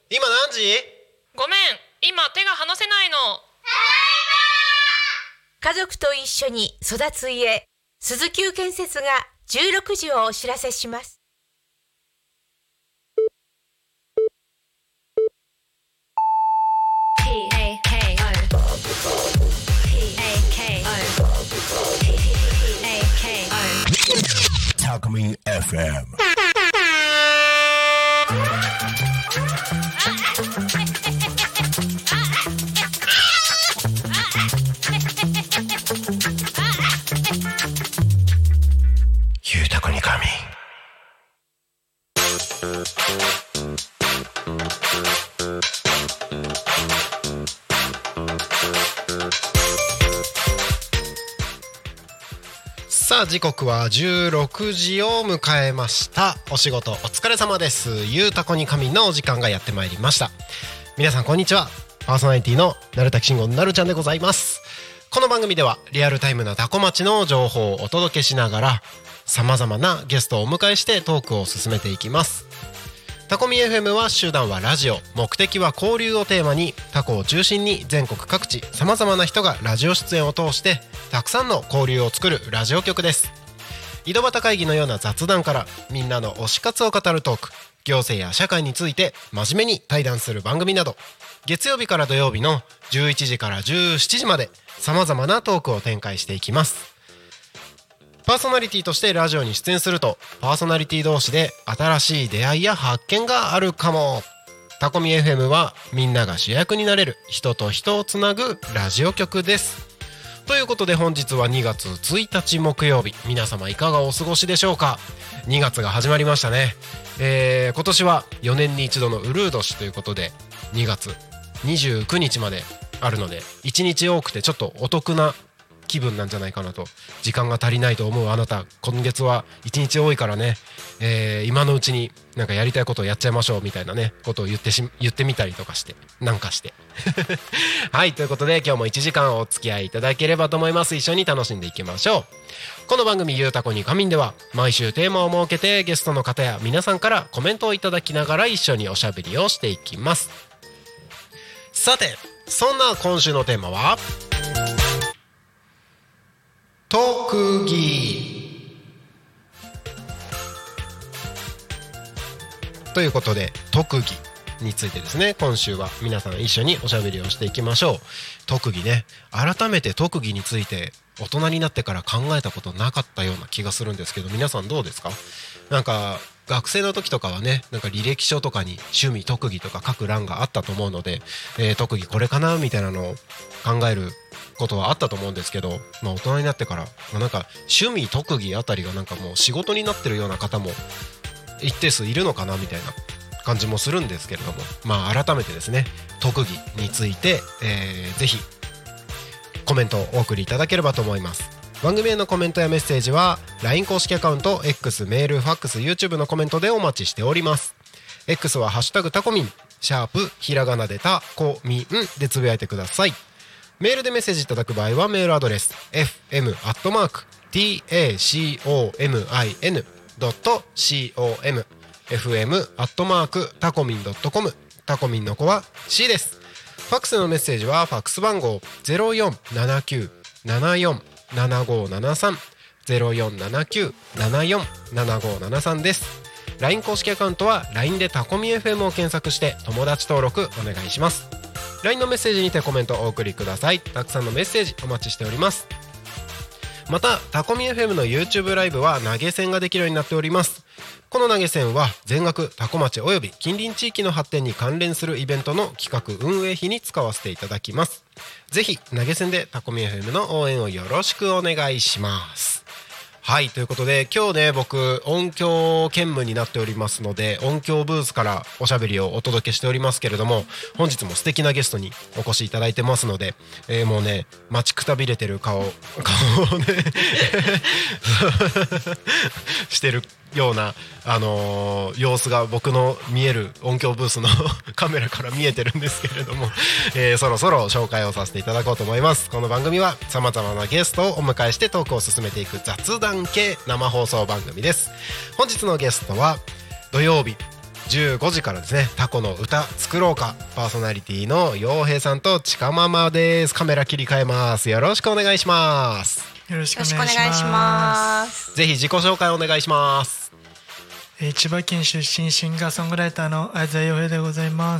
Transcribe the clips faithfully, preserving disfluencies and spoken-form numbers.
今何時？ ごめん、今手が離せないの。 家族と一緒に育つ家、鈴木建設がじゅうろくじをお知らせします。 タコミン エフエム。ゆうたこにかみ。 さあ時刻はじゅうろくじを迎えました。お仕事お疲れ様です。ゆうたこにかみのお時間がやってまいりました。皆さんこんにちは。パーソナリティのなるたきしんごなるちゃんでございます。この番組ではリアルタイムなタコ町の情報をお届けしながら様々なゲストをお迎えしてトークを進めていきます。タコミ エフエム は手段はラジオ、目的は交流をテーマにタコを中心に全国各地様々な人がラジオ出演を通してたくさんの交流を作るラジオ局です。井戸端会議のような雑談からみんなの推し活を語るトーク、行政や社会について真面目に対談する番組など、月曜日から土曜日のじゅういちじからじゅうしちじまで様々なトークを展開していきます。パーソナリティとしてラジオに出演するとパーソナリティ同士で新しい出会いや発見があるかも。タコミ エフエム はみんなが主役になれる人と人をつなぐラジオ局です。ということで本日はにがつついたち木曜日、皆様いかがお過ごしでしょうか。にがつが始まりましたね。えー、今年はよねんに一度のウルー年ということでにがつにじゅうくにちまであるのでいちにち多くてちょっとお得な気分なんじゃないかなと。時間が足りないと思うあなた、今月はいちにち多いからね、えー、今のうちになんかやりたいことをやっちゃいましょうみたいなねことを言ってし言ってみたりとかしてなんかしてはい、ということで今日もいちじかんお付き合いいただければと思います。一緒に楽しんでいきましょう。この番組ゆうたこにかみんでは毎週テーマを設けてゲストの方や皆さんからコメントをいただきながら一緒におしゃべりをしていきます。さてそんな今週のテーマは特技ということで、特技についてですね、今週は皆さん一緒におしゃべりをしていきましょう。特技ね、改めて特技について大人になってから考えたことなかったような気がするんですけど、皆さんどうですか？なんか学生の時とかはね、なんか履歴書とかに趣味特技とか書く欄があったと思うので、えー、特技これかなみたいなのを考えることはあったと思うんですけど、まあ、大人になってから、まあ、なんか趣味特技あたりがなんかもう仕事になってるような方も一定数いるのかなみたいな感じもするんですけれども、まあ改めてですね特技について、えー、ぜひコメントをお送りいただければと思います。番組へのコメントやメッセージは ライン 公式アカウント X、メール、ファックス、YouTube のコメントでお待ちしております。 X はハッシュタグタコミン、シャープひらがなでタコミンでつぶやいてください。メールでメッセージいただく場合はメールアドレス エフエム アットマーク タコミン ドット コム エフエム アットマーク タコミン ドット コム、 タコミンの子は C です。ファックスのメッセージはファックス番号 ゼロよんななきゅうななよんななごななさん ゼロよんななきゅうななよんななごななさんです。 ライン 公式アカウントは ライン でタコミ エフエム を検索して友達登録お願いします。 ライン のメッセージにてコメントをお送りください。たくさんのメッセージお待ちしております。またタコミ エフエム の YouTube ライブは投げ銭ができるようになっております。この投げ銭は全額タコ町および近隣地域の発展に関連するイベントの企画運営費に使わせていただきます。ぜひ投げ銭でタコミ エフエム の応援をよろしくお願いします。はい、ということで今日ね僕音響兼務になっておりますので音響ブースからおしゃべりをお届けしておりますけれども、本日も素敵なゲストにお越しいただいてますので、えー、もうね待ちくたびれてる顔顔をねしてるような、あのー、様子が僕の見える音響ブースのカメラから見えてるんですけれども、えー、そろそろ紹介をさせていただこうと思います。この番組は様々なゲストをお迎えしてトークを進めていく雑談系生放送番組です。本日のゲストは土曜日じゅうごじからですね、タコの歌作ろうか、パーソナリティの陽平さんとちかママです。カメラ切り替えます。よろしくお願いします。 よろしくおよろ願いししくお願いしま。 ますす。 ぜひ自己紹介お願いします。 えー千葉県出身シンガーソングライターの相沢洋平でございます。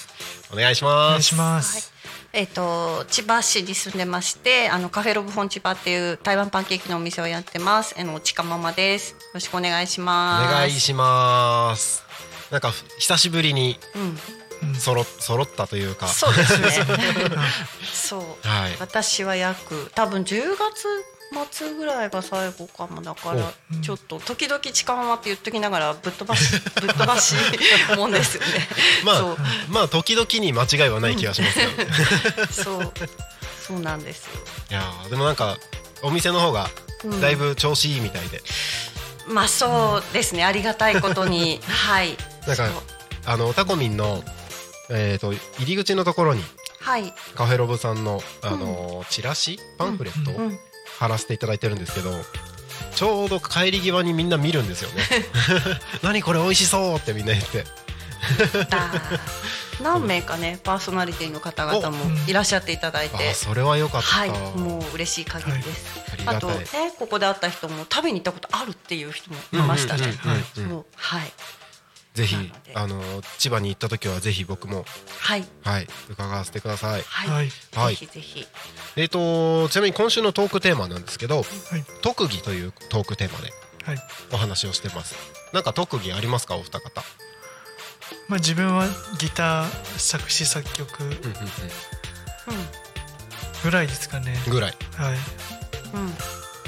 お願いしおます。 願いします。 えっ、と千葉市に住んでまして、あのカフェロブフォン千葉っていう台湾パンケーキのお店をやってます。あのちかママです。よろしくお願いしおます。 願いします。なんか久しぶりにうん、 そろ揃ったというか、 そうですね。そう、 はい私は約多分じゅうがつ末ぐらいが最後かもだからおちょっと時々ちかママって言っときながらぶっ飛ばしぶっ飛ばしもんですよね。 まあそうまあ時々に間違いはない気がしますけど、ね、 そうそうなんですよ。 いやーでもなんかお店の方がだいぶ調子いいみたいで、 まあそうですね、ありがたいことにはいなんかそうあのタコミンの、えー、と入り口のところにはいカフェロブさんの、あのーチラシパンフレットをうん貼らせていただいてるんですけど、ちょうど帰り際にみんな見るんですよね。何これ美味しそうってみんな言って、 だ何名かねパーソナリティの方々もいらっしゃっていただいて、 あそれは良かった。 はいもう嬉しい限りです。 ありがたいあとねここで会った人も食べに行ったことあるっていう人もいましたね。 うんうんうんうんそうはいぜひなのであの千葉に行った時はぜひ僕もはいはい伺わせてください。 はい、 はいはいぜひぜひえー、とちなみに今週のトークテーマなんですけど、 はい特技というトークテーマではい。 お話をしてます。なんか特技ありますかお二方？ まあ自分はギター作詞作曲うんうんぐらいですかね。 うんぐらいはい。 うんうんう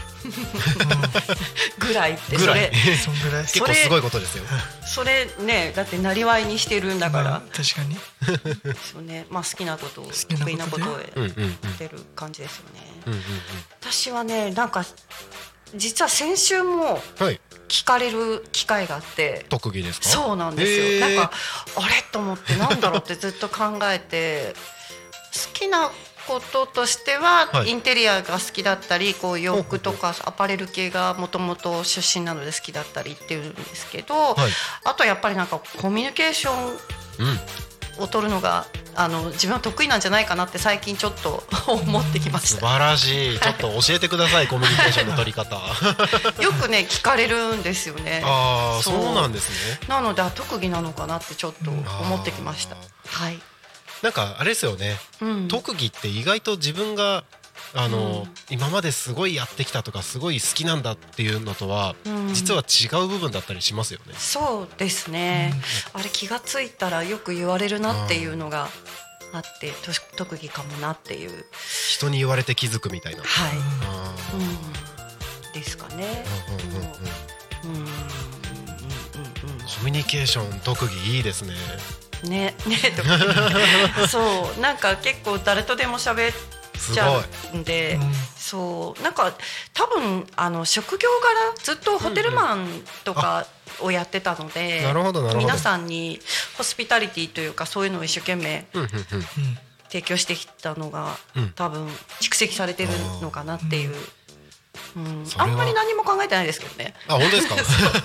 ぐらいってぐらいそれん、そんぐらい。 結構すごいことですよ。 それねだってなりわいにしてるんだから、 まあ確かに。 そうね、まあ好きなことをきなことで得意なことをやうんうんうんってる感じですよね。 うんうん私はねなんか実は先週もうんはい聞かれる機会があって、 特技ですか？ そうなんですよ、 へーなんかあれと思ってなんだろうってずっと考えて好きなこととしては、 はいインテリアが好きだったりこう洋服とかアパレル系がもともと出身なので好きだったりっていうんですけど、 はいあとやっぱりなんかコミュニケーションうんを取るのがあの自分は得意なんじゃないかなって最近ちょっと思ってきました。 素晴らしい。ちょっと教えてくださいコミュニケーションの取り方。 よくね聞かれるんですよね。 ああそそううなんですね。 なのであ特技なのかなってちょっと思ってきました。 あはい。 なんかあれですよね、 うん特技って意外と自分があの、 うん今まですごいやってきたとかすごい好きなんだっていうのとは、 うん実は違う部分だったりしますよね。 そうですね、あれ気がついたらよく言われるなっていうのがあってと特技かもなっていう人に言われて気づくみたいな。 はい、 あうん、ですかね。 ーうんうんうんうんうんうんうんコミュニケーション特技いいですね。 うんねね特技そうなんか結構誰とでも喋っちゃうんで、 うんそうなんか多分あの職業柄ずっとホテルマンとかをやってたので、 なるほどなるほど皆さんにホスピタリティというかそういうのを一生懸命うんうんうん提供してきたのが、 うん多分蓄積されてるのかなっていう、うんそれはあんまり何も考えてないですけどね。 あ本当ですか？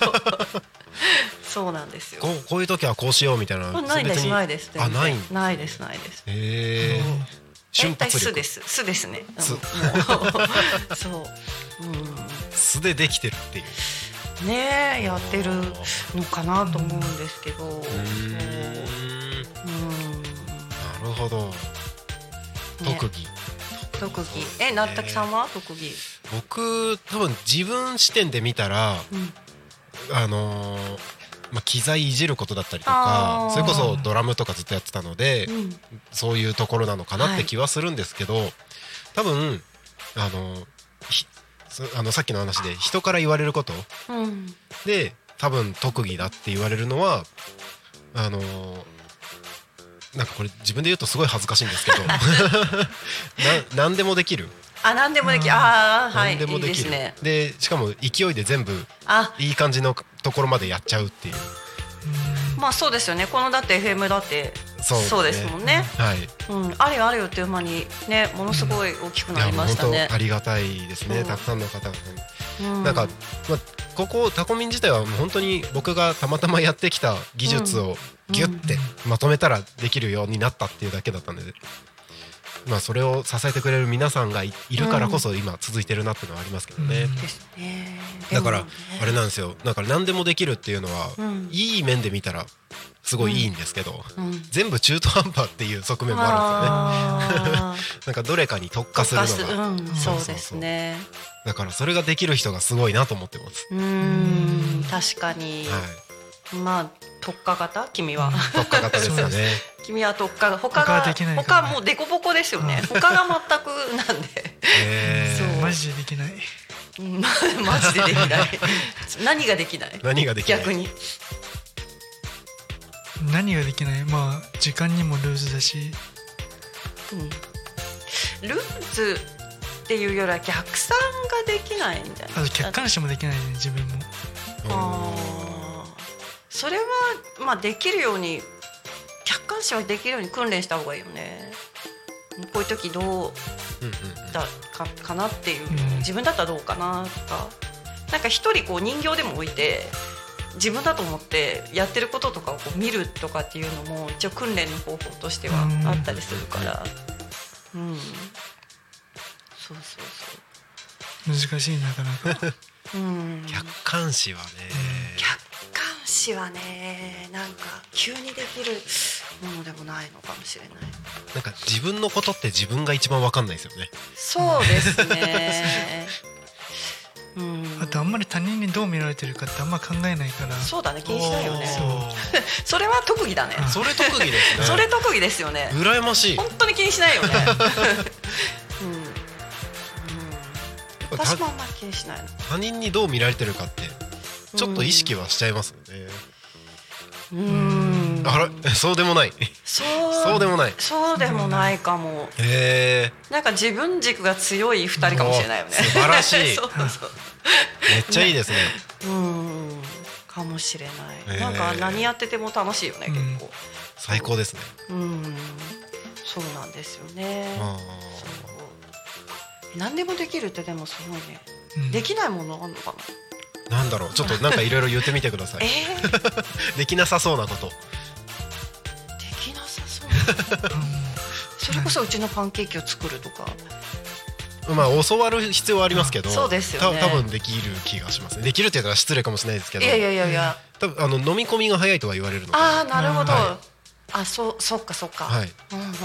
そうなんですよ。 こうこういう時はこうしようみたいな。 ないです別にないです。 あないんないですないです。 へえ瞬大体発力素です素ですね。うん素もうそう、う素でできてるっていう。 ん、ねえやってるのかなと思うんですけど、 うーんうんなるほど。特技。 特技えなったきさんは特技、 僕多分自分視点で見たら、 うんあのーまあ、機材いじることだったりとあーかそれこそドラムとかずっとやってたので、 うんそういうところなのかなって気はするんですけど、多分あのひそあのさっきの話で人から言われることうんで多分特技だって言われるのはあのなんかこれ自分で言うとすごい恥ずかしいんですけどな何でもできる、 あ何でもできああはいいい何でもできるですね。 でしかも勢いで全部あいい感じのところまでやっちゃうっていう。 まあそうですよね。このだって エフエム だってそうですねそうですもんね。 はいうん、あれよあれよっていう間にねものすごい大きくなりいやもう本ましたね当。ありがたいですね、 うんたくさんの方々に、 うんなんか、まあ、 ここタコミン自体はもう本当に僕がたまたまやってきた技術をギュッてまとめたらできるようになったっていうだけだったんで、まあそれを支えてくれる皆さんが い, いるからこそ今続いてるなっていうのはありますけどね、うん、 ですね。 だからあれなんですよ、だから何でもできるっていうのは、うん、いい面で見たらすごいいいんですけど、うんうん、全部中途半端っていう側面もあるんですよねなんかどれかに特化するのが、 うん、そうですね。 だからそれができる人がすごいなと思ってます。 うーん、確かに、はい、まあ特化型、君は特化型ですよね君は特化、他が他もうデコボコですよね、うん、他が全くなんで、 えー、そうマジでできないマジでできない何ができない何ができない逆に何ができない、まあ時間にもルーズだし、 うん、ルーズっていうよりは逆算ができないんじゃない。 あと客観視もできないね、自分も。 あ、それはまあできるように、客観視はできるように訓練した方がいいよね。こういう時どうだ か, かなっていう、うん、自分だったらどうかなとか、なんか一人こう人形でも置いて自分だと思ってやってることとかをこう見るとかっていうのも一応訓練の方法としてはあったりするから、うん、うん、そうそうそう、難しいなかなか、 うん、 客観視はね、 客観視はね、なんか急にできるものでもないのかもしれない。 なんか自分のことって自分が一番分かんないですよね。 そうですねうん、 あとあんまり他人にどう見られてるかってあんま考えないから。 そうだね、気にしないよね。そうそれは特技だね。 それ特技ですね。 それ特技ですよね。 羨ましい。 本当に気にしないよねうん、うん、私もあんまり気にしないの。 他人にどう見られてるかってちょっと意識はしちゃいますよね。 うーん、 あら、そうでもない。 そうそうでもない。 そうでもないかも。 へー、 なんか自分軸が強いふたりかもしれないよね。 素晴らしいそうそうめっちゃいいですね。 うん、かもしれない。なんか何やってても楽しいよね、結構。 最高ですね。 うん、そうなんですよね。そう何でもできるってでもすごいね、うん、できないものあるのかな。 なんだろう、ちょっとなんかいろいろ言ってみてください。 えー、 できなさそうなこと。できなさそうなことそれこそうちのパンケーキを作るとか。 まあ教わる必要はありますけど、 そうですよね、 た多分できる気がしますね。できるって言ったら失礼かもしれないですけど、 いやいやいやいや、 多分あの飲み込みが早いとは言われるので。 ああ、なるほど、 はい、 あ、そう、そっかそっか、はい、うんうんうん、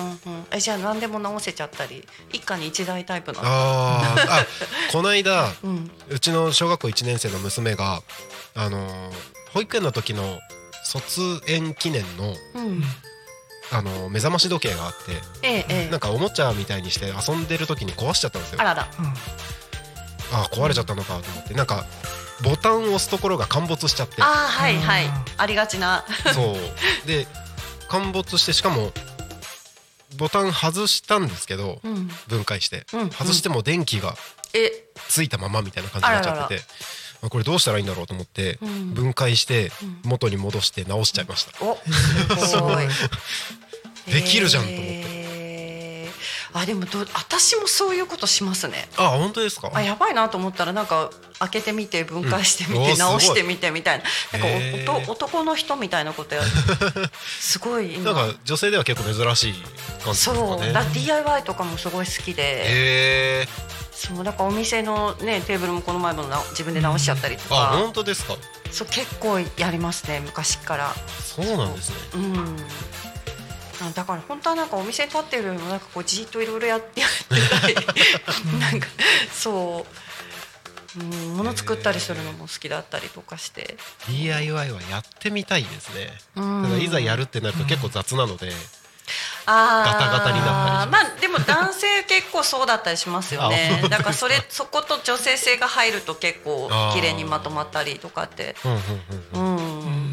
え、じゃあ何でも直せちゃったり、一家に一台タイプなの。 ああ、この間、うん、うちの小学校いちねん生の娘があのー、保育園の時の卒園記念の、うん、あの目覚まし時計があって、 ええ、 なんかおもちゃみたいにして遊んでる時に壊しちゃったんですよ。 あらら、うん、 あ、壊れちゃったのかと思って、なんかボタンを押すところが陥没しちゃって、 あ、はいはい、ありがちなそうで陥没して、しかもボタン外したんですけど、うん、分解して、うん、外しても電気がついたままみたいな感じになっちゃってて、あらら、これどうしたらいいんだろうと思って、うん、分解して元に戻して直しちゃいました、うん、お、 すごいできるじゃんと思って、 えー、あ、でもど私もそういうことしますね。 あ、本当ですか。 あ、やばいなと思ったらなんか開けてみて分解してみて、うん、直してみてみたいな、なんかお男の人みたいなことやるすごい今なんか女性では結構珍しい感じですかね。 そうだ、 ディーアイワイ とかもすごい好きで、 へー、 そう、なんかお店の、ね、テーブルもこの前もな自分で直しちゃったりとか、 うん、あ、本当ですか。 そう、結構やりますね、昔から。 そうなんですね。 うん、だから本当はなんかお店に立ってるよりもなんかこうじっといろいろやってたいなんかそう、うん、物作ったりするのも好きだったりとかして、 ディーアイワイ はやってみたいですね。ただいざやるってなると結構雑なので、 あ、 ガタガタになったりします。 まあでも男性結構そうだったりしますよねだからそれそこと女性性が入ると結構綺麗にまとまったりとかって、うん、うん、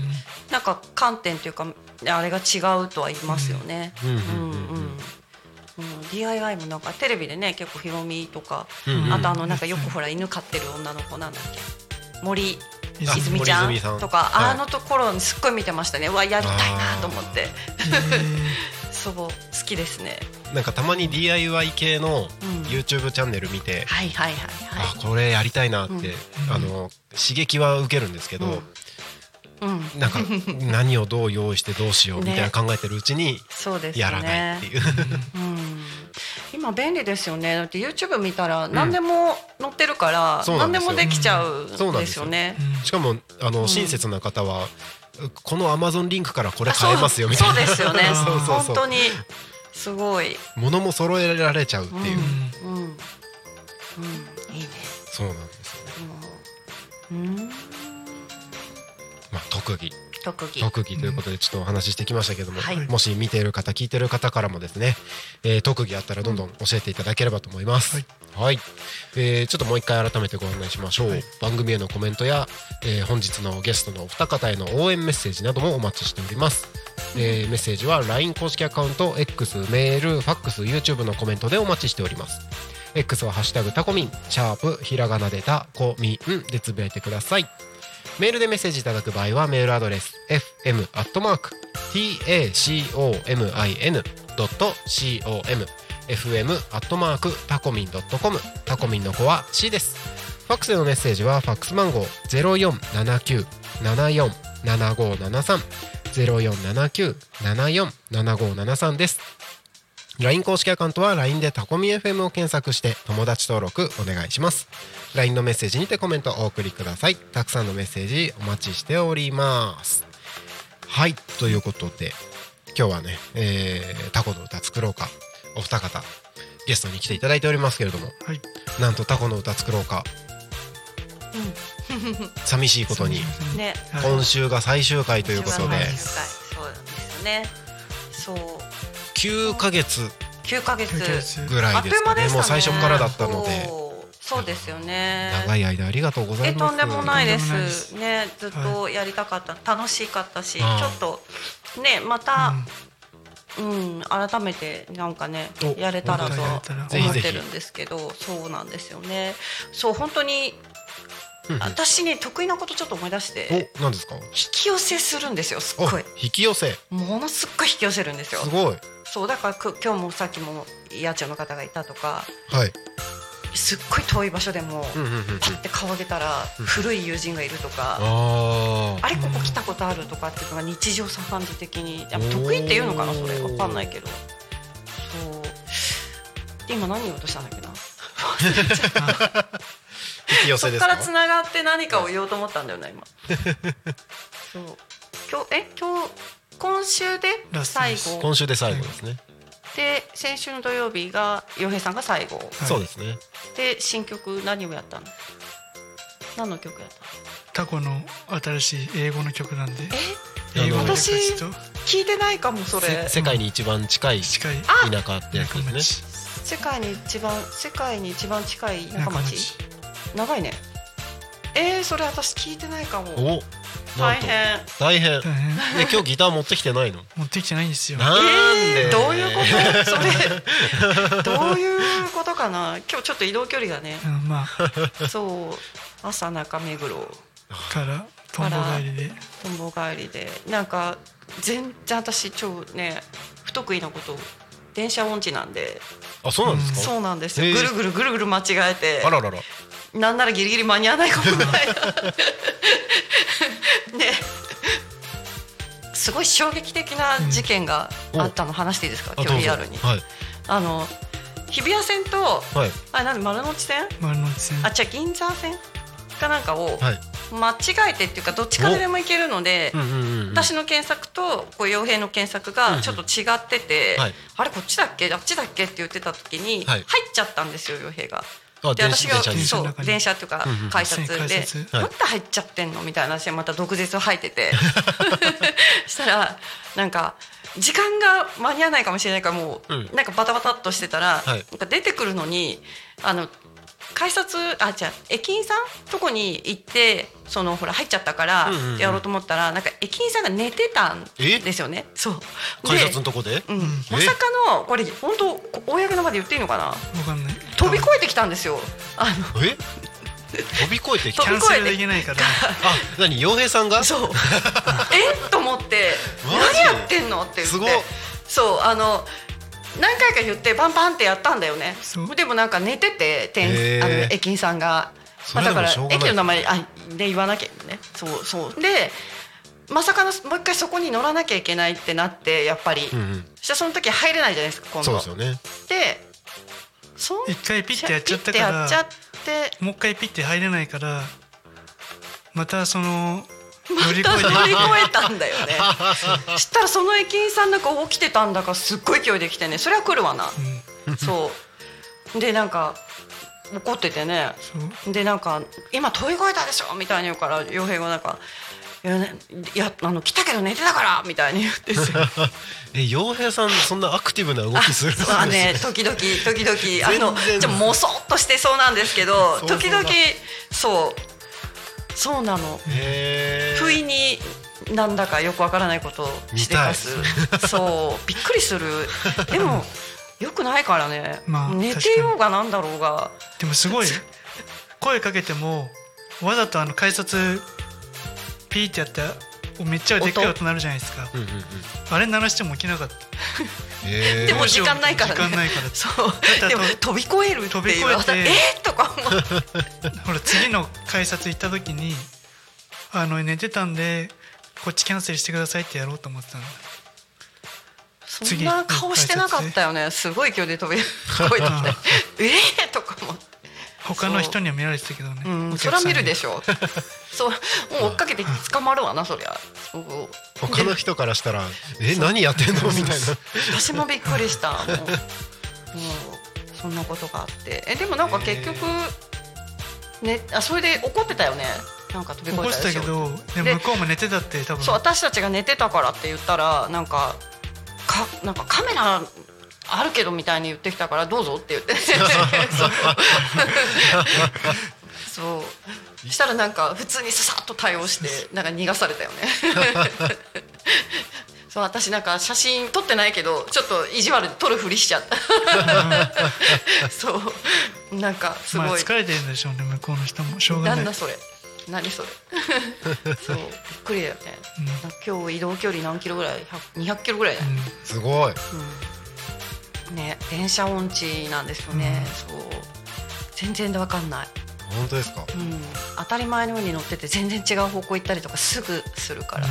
なんか観点というかあれが違うとは言いますよね。ディーアイワイ もなんかテレビでね、結構ヒロミとか、うんうん、あとあのなんかよくほら犬飼ってる女の子なんだっけ、森泉ちゃんとか、あのところにすっごい見てましたね。うわ、やりたいなと思ってそう、好きですね。 なんかたまに ディーアイワイ 系のうん YouTube チャンネル見て、 はいはいはいはあこれやりたいなって、 うんあの刺激は受けるんですけど、 うんいうんなんか何をどう用意してどうしようみたいな考えてるうちにそうですねやらないっていう、 うん今便利ですよね。だって YouTube 見たら何でも載ってるから、 そうなんですよ何でもできちゃうんそうなんでよですすよね。 しかもあの、 ん親切な方はこの Amazon リンクからこれ買えますよみたいな、 そうですよねそうそうそう本当にすごい。 物も揃えられちゃうっていう、 うんうんうんいいね。 そうなんですよね。 うんまあ、特技特技特技ということでちょっとお話ししてきましたけども、 はいもし見ている方聞いている方からもですね、えー特技あったらどんどん教えていただければと思います。はい、えーちょっともう一回改めてご案内しましょう。 はい番組へのコメントや、えー本日のゲストのお二方への応援メッセージなどもお待ちしております。えーメッセージは ライン 公式アカウント X、メール、ファックス、YouTube のコメントでお待ちしております。X はハッシュタグタコミン、シャープひらがなでタコミンでつぶやいてください。メールでメッセージいただく場合はメールアドレス エフエム アットマーク タコミン ドット コム エフエム アットマーク タコミン ドット コム タコミンの子は C です。ファックスでのメッセージはファックス番号 ゼロよんななきゅう ななよん ななごななさん ゼロよんななきゅう ななよん ななごななさんです。ライン 公式アカウントは ライン でタコミ エフエム を検索して友達登録お願いします。 ライン のメッセージにてコメントをお送りください。たくさんのメッセージお待ちしております。はい、ということで今日はね、えー、タコの歌作ろうかお二方ゲストに来ていただいておりますけれども、 はいなんとタコの歌作ろうか、寂しいことにねはい今週が最終回ということでそうなんですそうなんですよね。そうきゅうかげつきゅうかげつきゅうかげつぐらいですかね。もう最初からだったのでそうそうですよね。 長い間ありがとうございます。 えとんでもないでとんでもないですすね。ずっとやりたかった、楽しかったし、ちああょっとねまた、うん改めてなんかねおやれたらとはやれたら思ってるんですけど、そうなんですよね。そう本当にうんうん私ね得意なことちょっと思い出してお、何ですか？ 引き寄せするんですよ。すっあごい引き寄せものすっごい引き寄せるんですよ。 すごい。 そうだからく今日もさっきも野鳥の方がいたとか、 はい。 すっごい遠い場所でもうんうんうんうんパッて顔上げたらうん古い友人がいるとか、 ああれここ来たことあるとかっていうのが日常茶飯事的にやっぱ得意っていうのかな、それわかんないけど、そうで今何言おうとしたんだっけな引き寄そっせですか？ からつながって何かを言おうと思ったんだよね今そう今日え今日今週でラストです最後今週で最後ですね。 で先週の土曜日が洋平さんが最後はいそうですね。 で新曲何をやったの？何の曲やったの？ タコの新しい英語の曲なんでえ英語の私歌詞と聞いてないかもそれせ世界に一番近い近い田舎ってやつですね。 仲町世界に一番世界に一番近い仲仲町町長いねえー、それ私聞いてないかもお、なんと大変大変。 大変で今日ギター持ってきてないの？ 持ってきてないんですよなんで？ えー、どういうことそれどういうことかな今日ちょっと移動距離がねうんまあそう朝中目黒からトンボ帰りでとんぼ帰りでなんか全然私超ね不得意なこと電車音痴なんであ、そうなんですか？ そうなんですよ、 へーぐるぐるぐるぐる間違えてあららら。 なんならギリギリ間に合わないかもしれないねすごい衝撃的な事件があったの話していいですか、 あ、 今日リアルにはいあの日比谷線とはいあなんで丸の内線丸の内線あじゃあ銀座線かなんかをはい。 間違えてっていうかどっちからでも行けるので、 うんうんうんうん。 私の検索とこう傭兵の検索がちょっと違ってて、 はいあれこっちだっけあっちだっけって言ってた時にはい入っちゃったんですよ傭兵が。 あ、電で私が車電車に。 そう電車の中に電車っていうかうんうん改札で改札はいなんで入っちゃってんのみたいな話でまた毒舌を吐いててしたらなんか時間が間に合わないかもしれないからもう、 うんなんかバタバタっとしてたら、 はいなんか出てくるのにあの改札あじゃあ駅員さんとこに行ってそのほら入っちゃったからうんうんうんやろうと思ったらなんか駅員さんが寝てたんですよね。そう改札のでとこで？ うん、 えまさかのこれ本当公の場で言っていいのかなわかんない飛び越えてきたんですよ。あのえ？飛び越えてきた。 キャンセルできないからあ、何？洋平さんが？ そうえと思ってマジ何やってんのって言ってすごっそうあの何回か言ってパンパンってやったんだよね。でもなんか寝てて店あの駅員さんが、まあ、だから駅の名前あで言わなきゃね。そうそうでまさかのもう一回そこに乗らなきゃいけないってなってやっぱり、うんうん、そしたらその時入れないじゃないですか今度。 そうですよね。 でそ一回ピッてやっちゃったからもう一回ピッて入れないからまたその乗り越えて乗り越えたんだよね。そしたらその駅員さんなんか起きてたんだかすっごい勢いで来てね、それは来るわな、うん、そうでなんか怒っててね、でなんか今飛び越えたでしょみたいに言うから陽平がなんかいや、ね、いやあの来たけど寝てたからみたいに言ってえ陽平さんそんなアクティブな動きするんですか？ あ、ね、時々時々あのちょもそっとしてそうなんですけど時々そうそうなの。不意になんだかよくわからないことをしてます。そうびっくりする。でもよくないからね、まあ、寝てようがなんだろうが。 でもすごい声かけてもわざとあの改札ピーってやってめっちゃでっかい音鳴るじゃないですか、うんうんうん、あれ鳴らしても起きなかった。 えー、でも時間ないからね。 時間ないからそうでも飛び越えるって言われてえー、とか思ってほら次の改札行った時にあの寝てたんでこっちキャンセルしてくださいってやろうと思ってたの。 そんな顔してなかったよね。すごい勢いで飛び越えてきてえーとか思って他の人には見られてたけどね。 うん、それは見るでしょそうもう追っかけて捕まるわなそりゃ。そう他の人からしたらえ何やってんのみたいな。 私もびっくりした。もう、もうそんなことがあってえでもなんか結局ねあそれで怒ってたよね。なんか飛び越えたでしょ。 怒ってたけどで向こうも寝てたって多分。 そう私たちが寝てたからって言ったらなんかかなんかカメラあるけどみたいに言ってきたからどうぞって言ってそうしたらなんか普通にささっと対応してなんか逃がされたよねそう私なんか写真撮ってないけどちょっと意地悪で撮るふりしちゃったそうなんかすごい、まあ、 疲れてるんでしょうね向こうの人もしょうがない。 なんだそれ何それそうびっくりだよね、うん、今日移動距離何キロぐらいにひゃくキロぐらいだよ、うん、 すごい、 うんね、電車音痴なんですよね、うん、そう全然で分かんない。 本当ですか、 うん、当たり前のように乗ってて全然違う方向行ったりとかすぐするから、うん、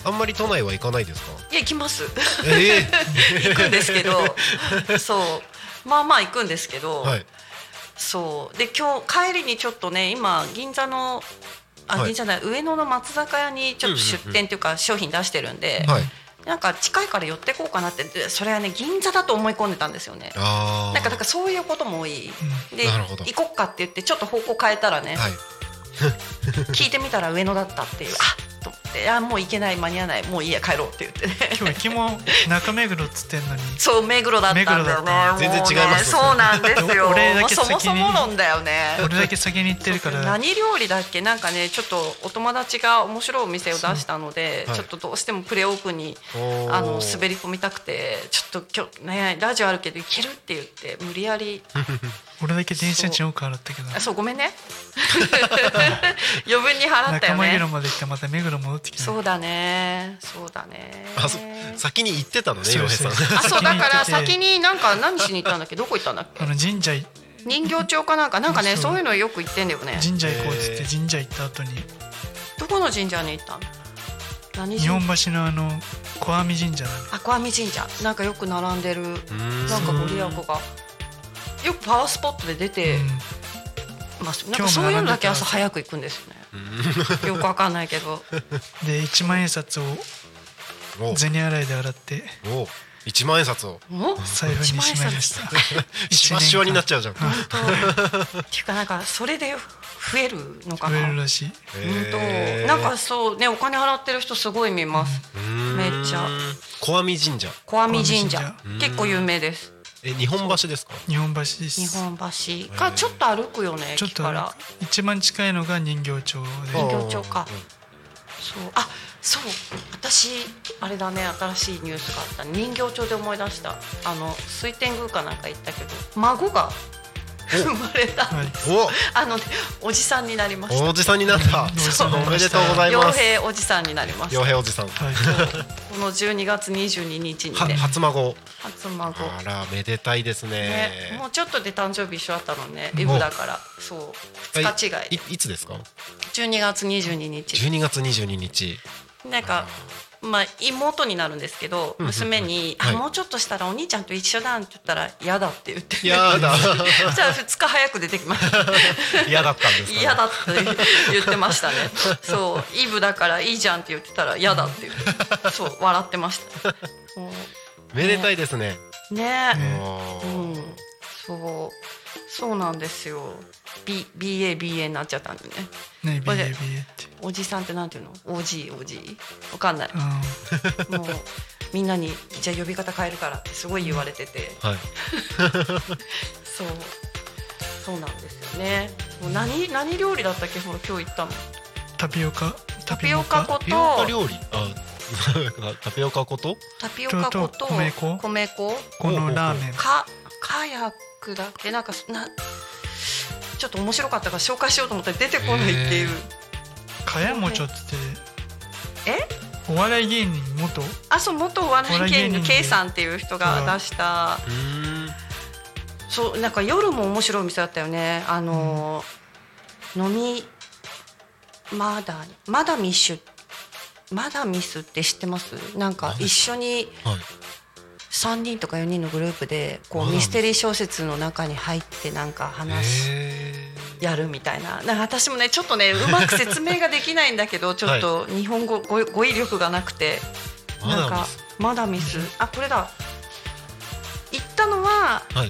あんまり都内は行かないですか？ いや行きます、えー、行くんですけどそうまあまあ行くんですけど、はい、そうで今日帰りにちょっとね今銀座のあ、はい、銀座じゃない上野の松坂屋にちょっと出店っていうか商品出してるんで、はいなんか近いから寄ってこうかなってそれはね銀座だと思い込んでたんですよね。あなんかだからそういうことも多い、うん、で行こっかって言ってちょっと方向変えたらね、はい、聞いてみたら上野だったっていうあと思ってあもう行けない間に合わないもういいや帰ろうって言ってね今日駅も中目黒っつってんのにそう目黒だったんだよね。 全然違います、 ね、そうなんですよ俺だけ先にそもそもなんだよね俺だけ先に行ってるから何料理だっけなんかねちょっとお友達が面白いお店を出したので、はい、ちょっとどうしてもプレオープンにあの滑り込みたくてちょっと今日、ね、ラジオあるけど行けるって言って無理やり俺だけ電車賃多く払ったけどそう、そうごめんね余分に払ったよね。 中目黒まで行ってまた目黒戻ってきた。 そうだねそうだねあそ先に行ってたのね洋平さん。 あそうだから先になんか何しに行ったんだっけどこ行ったんだっけ。 あの神社人形町かなんかなんかねそういうのよく行ってんだよね。 神社行こうっつって神社行った後にどこの神社に行ったの？何日本橋のあの小網神社だね。 あ小網神社なんかよく並んでるなんかご利益がよくパワースポットで出て、まあ、なんかそういうのだけ朝早く行くんですよねよくわかんないけどでいちまん円札を銭洗いで洗っておいちまん円札を財布にしまいましたしわしわになっちゃうじゃん本当っていうかなんかそれで増えるのかな。 増えるらしい。 本当なんかそうねお金払ってる人すごい見ます、うん、めっちゃ小網神社小網神社結構有名です。 え日本橋ですか？ 日本橋です。 日本橋かちょっと歩くよね。 ちょっと歩く一番近いのが人形町で人形町か、うん、そうあそう私あれだね新しいニュースがあった人形町で思い出したあの水天宮かなんか行ったけど孫が生まれたんです。 おあのね、おじさんになりました。 おじさんになった。 そうおめでとうござい洋ます。 平おじさんになりました。 洋平おじさん。 はいこのじゅうにがつにじゅうににちにはね、 初孫。 初孫。 あらめでたいですね、 ね。 もうちょっとで誕生日一緒だったのね、イブだから、そうふつか違い。 いいつですか？ じゅうにがつにじゅうににち。 じゅうにがつにじゅうににち。 なんか。まあ、妹になるんですけど、娘に、 はいあもうちょっとしたらお兄ちゃんと一緒だって言ったら嫌だって言ってやだ。 そしたらふつか早く出てきました嫌だったんですかね。 嫌だって言ってましたね。そうイブだからいいじゃんって言ってたら嫌だって言ってそう笑ってました。もうめでたいですね。 ねえ、 おーうん、そうそうなんですよ。 B BA BA になっちゃったんでね。 ね、 これでビーエービーエー っておじさんってなんていうの？おじいおじいわかんない。 うんもうみんなにじゃあ呼び方変えるからってすごい言われてて、 はい。 そうそうなんですよね。もう何何料理だったっけ？ほら今日言ったの。 タピオカタピオカ粉タピオカと料理。あ、タピオカ粉とタピオカ粉とと米粉米粉このラーメンかカヤックだっけなんかなちょっと面白かったから紹介しようと思ったら出てこないっていう。 かやもちょってえ？ お笑い芸人元あそう元お笑い芸人のお笑い芸人で K さんっていう人が出したうーん。 そうなんか夜も面白いお店だったよね。あの、うん、飲みまだまだミッシュまだミスって知ってます？なんか一緒にはい。 さんにんとかよにんのグループでこうまだミスミステリー小説の中に入ってなんか話へやるみたいな。なんか私もねちょっとねうまく説明ができないんだけどちょっと日本語語語彙力がなくてまだなんかまだミスあこれだ行ったのはー。はい。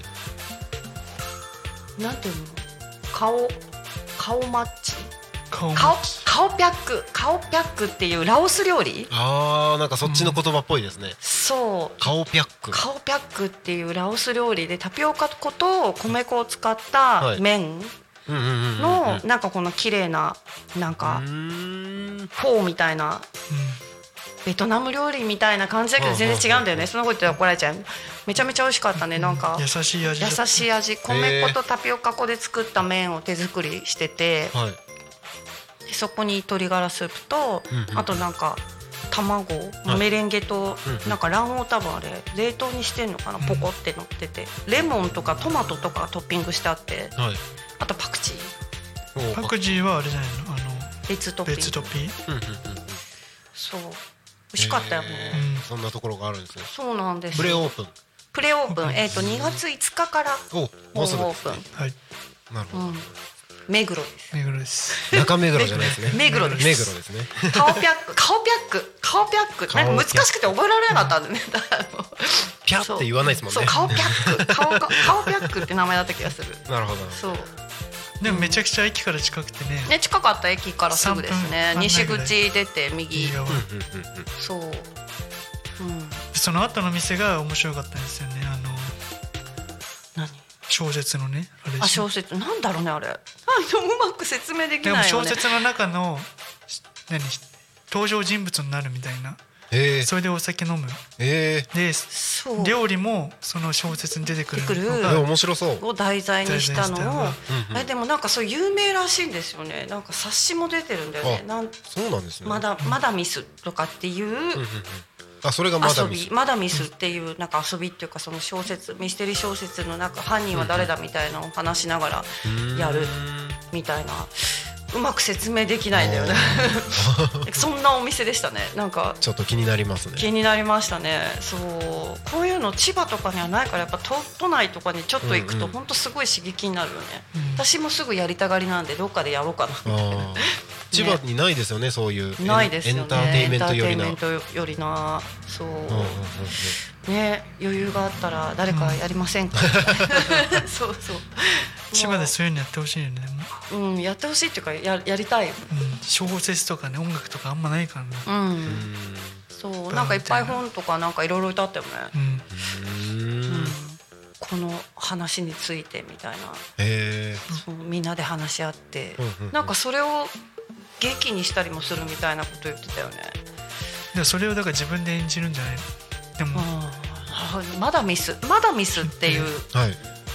なんていうの顔顔マッチ顔顔顔ピャック顔ピャックっていうラオス料理。 ああ、なんかそっちの言葉っぽいですね。 そう顔ピャック。 顔ピャックっていうラオス料理でタピオカ粉と米粉を使った麺うんうんうんうんうん。 のなんかこの綺麗ななんかうーん。 フォーみたいなベトナム料理みたいな感じだけど全然違うんだよね。そのこと言ったら怒られちゃう。めちゃめちゃ美味しかったね。なんか優しい味だ優しい味米粉とタピオカ粉で作った麺を手作りしててはい。 でそこに鶏ガラスープとうんうんあとなんか卵はいメレンゲとうんうんなんか卵黄多分あれ冷凍にしてんのかなポコって乗っててレモンとかトマトとかトッピングしてあってはい。 あとパクチーおパクチーはあれじゃないのあの別トッピング別トピーうんうんうんうん。 そう美味しかったよね。 へーそんなところがあるんですね。 そうなんですプレオープン。 プレオープンえっとにがついつかからお、も本うすぐですオープン。 はいなるほど。 うん目黒です目黒です中目黒じゃないですね。 目黒です目黒ですね。 顔ピャック顔ピャック顔ピャックなんか難しくて覚えられなかったんでねだからあのピャって言わないですもんね。 そう顔ピャック顔か顔ピャックって名前だった気がする。 なるほど。 そうでもめちゃくちゃ駅から近くてねね近かった駅からすぐですね。 さんぷん西口出て右右側うんうんうんうん。 そううんその後の店が面白かったんですよねあの何小説のねあれあ小説なんだろうねあれあでもうまく説明できでもないよね。 小説の中の何登場人物になるみたいなえー、 それでお酒飲むえー、 でそう料理もその小説に出てくる出てくるえのが面白そう。 を題材にしたのを題材にしたのがうんうんえでもなんかそう有名らしいんですよね。なんか冊子も出てるんだよね。 あなんそうなんですね。 まだまだミスとかっていううんうんうん。あ、それがまだ遊ミスびまだミスっていうなんか遊びっていうかその小説ミステリー小説の中犯人は誰だみたいなのを話しながらやるみたいなうまく説明できないんだよねそんなお店でしたね。なんかちょっと気になりますね。 気になりましたね。そうこういうの千葉とかにはないからやっぱ都都内とかにちょっと行くとうんうん本当すごい刺激になるよね、 うん私もすぐやりたがりなんでどっかでやろうかなみたいなあー千葉にないですよね、そういうエンないですよね。 エンターテインメントよりな。 エンターテインメントよりなそう、 うんうんうんうんね余裕があったら誰かやりませんか、そうそう千葉でそういうのやってほしいよねでも、 うんやってほしいっていうかややりたいよ。 うん、小説とかね音楽とかあんまないからねうん、 うんそうなんかいっぱい本とかなんかいろいろあったよね、 うんうんこの話についてみたいなへそうみんなで話し合って、 うんうんうんなんかそれを劇にしたりもするみたいなこと言ってたよね。 でもそれをだから自分で演じるんじゃないのでもあーまだミスまだミスっていうえはい。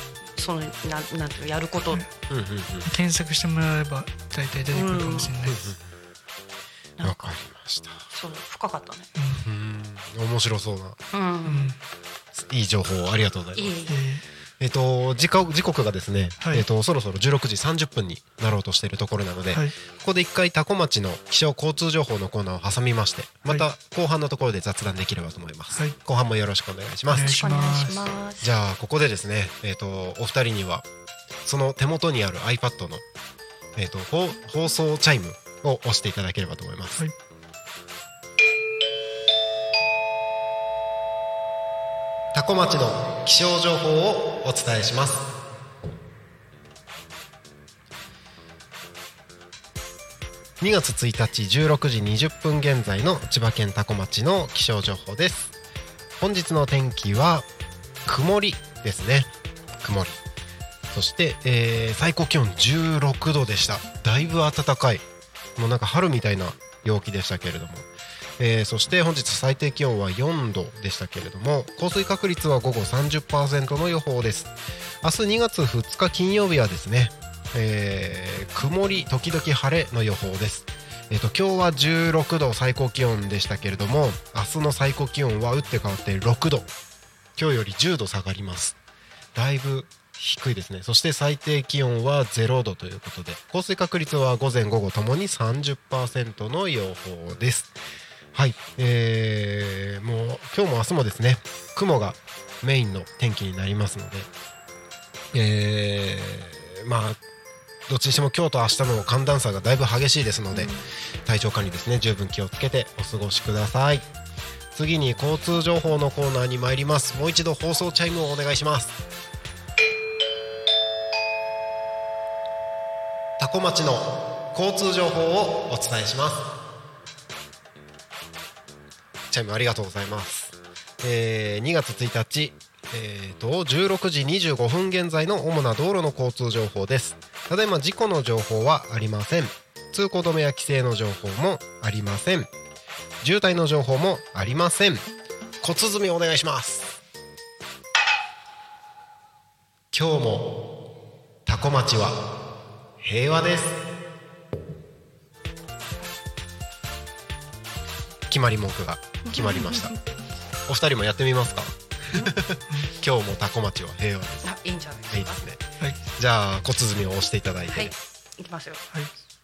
そのななんていうのやること、 うんうんうん検索してもらえば大体出てくるかもしれないです。 わかりました。 そう深かったね。 うん面白そうなうん、うん、 いい情報をありがとうございます。 いいえっと時刻時刻がですね、 はい、 えっとそろそろじゅうろくじさんじゅっぷんになろうとしているところなので、 はい、 ここで一回多古町の気象交通情報のコーナーを挟みまして、また後半のところで雑談できればと思います。はい、後半もよろしくお願いします。 お願いします。 お願いします。 じゃあここでですね、えっとお二人にはその手元にある iPad のえっと放送チャイムを押していただければと思います。はい、多古町の気象情報をお伝えします。にがつついたちじゅうろくじにじゅっぷん現在の千葉県多古町の気象情報です。本日の天気は曇りですね。曇り。そして、えー、最高気温じゅうろくどでした。だいぶ暖かい、もうなんか春みたいな陽気でしたけれども、えー、そして本日最低気温はよんどでしたけれども、降水確率は午後 さんじゅっパーセント の予報です。明日にがつふつか金曜日はですね、えー、曇り時々晴れの予報です。えーと、今日はじゅうろくど最高気温でしたけれども、明日の最高気温は打って変わってろくど、今日よりじゅうど下がります。だいぶ低いですね。そして最低気温はゼロどということで、降水確率は午前午後ともに さんじゅっパーセント の予報です。はい、えー、もう今日も明日もですね、雲がメインの天気になりますので、えー、まあどっちにしても今日と明日の寒暖差がだいぶ激しいですので、体調管理ですね、十分気をつけてお過ごしください。次に交通情報のコーナーに参ります。もう一度放送チャイムをお願いします。多古町の交通情報をお伝えします。チャイムありがとうございます。えー、にがつついたち、えー、とじゅうろくじにじゅうごふん現在の主な道路の交通情報です。ただいま事故の情報はありません。通行止めや規制の情報もありません。渋滞の情報もありません。小鼓お願いします。今日も多古町は平和です。決まり文句が決まりました。お二人もやってみますか？今日も多古町は平和です。 あ、いいんじゃないですか。 いいですね。 はい、 じゃあ小鼓を押していただいて、 はい、いきますよ。 はい、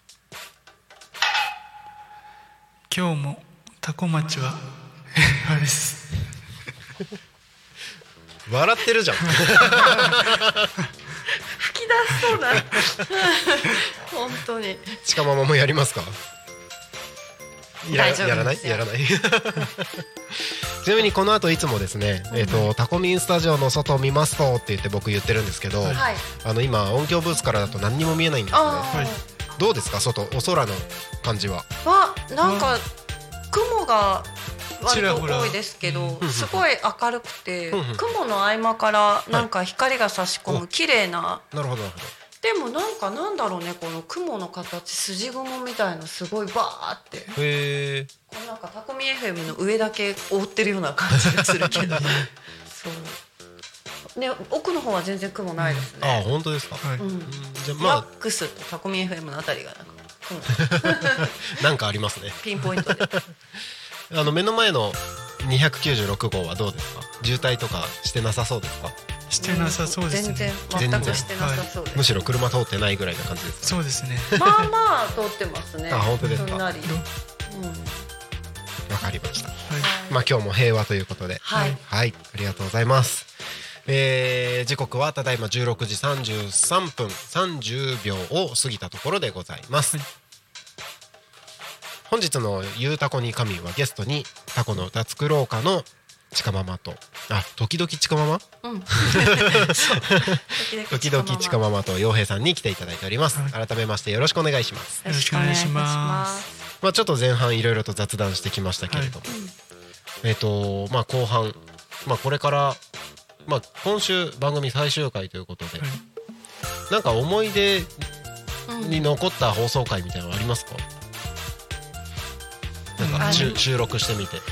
今日も多古町は平和です。 笑ってるじゃん。 吹き出しそうだ。本当に。 ちかママもやりますか？やらないやらない。ちなみにこの後いつもですね、えっとタコミンスタジオの外を見ますとって言って僕言ってるんですけど、 はい、 あの今音響ブースからだと何にも見えないんですね。はい、どうですか外お空の感じは？ わ、なんか雲が割と多いですけど、すごい明るくて、雲の合間からなんか光が差し込む綺麗な。 なるほどなるほど。 でもなんかなんだろうね、この雲の形筋雲みたいなすごいバーって。 へえ。 このなんかタコミ エフエム の上だけ覆ってるような感じがするけど。そう。ね、奥の方は全然雲ないですね。 ああ本当ですか。はい。 うん、じゃあまあマックスとタコミ エフエム のあたりがなんか雲。なんかありますね。 ピンポイントで。 あの目の前のにひゃくきゅうじゅうろくごうはどうですか？渋滞とかしてなさそうですか？ してなさそうですね。 全然全くしてなさそうです、はい、 むしろ車通ってないぐらいな感じですか？ そうですね。 まあまあ通ってますね。 あ、本当ですか？ ふんなり。 うん、わかりました。はい、 まあ今日も平和ということで、 はい、 はい、ありがとうございます。えー、時刻はただいまじゅうろくじさんじゅうさんぷんさんじゅうびょうを過ぎたところでございます。はい、本日のゆうたこに神はゲストにタコの歌作ろうかのちかママと、あ、時々ちかママ、うん、時々ちかママと陽平さんに来ていただいております。はい、改めましてよろしくお願いします。 よろしくお願いします。 まあちょっと前半いろいろと雑談してきましたけれども、はい、えっとまあ後半、まあこれからまあ今週番組最終回ということで、はい、なんか思い出に残った放送回みたいなのありますか？なんか収録してみて。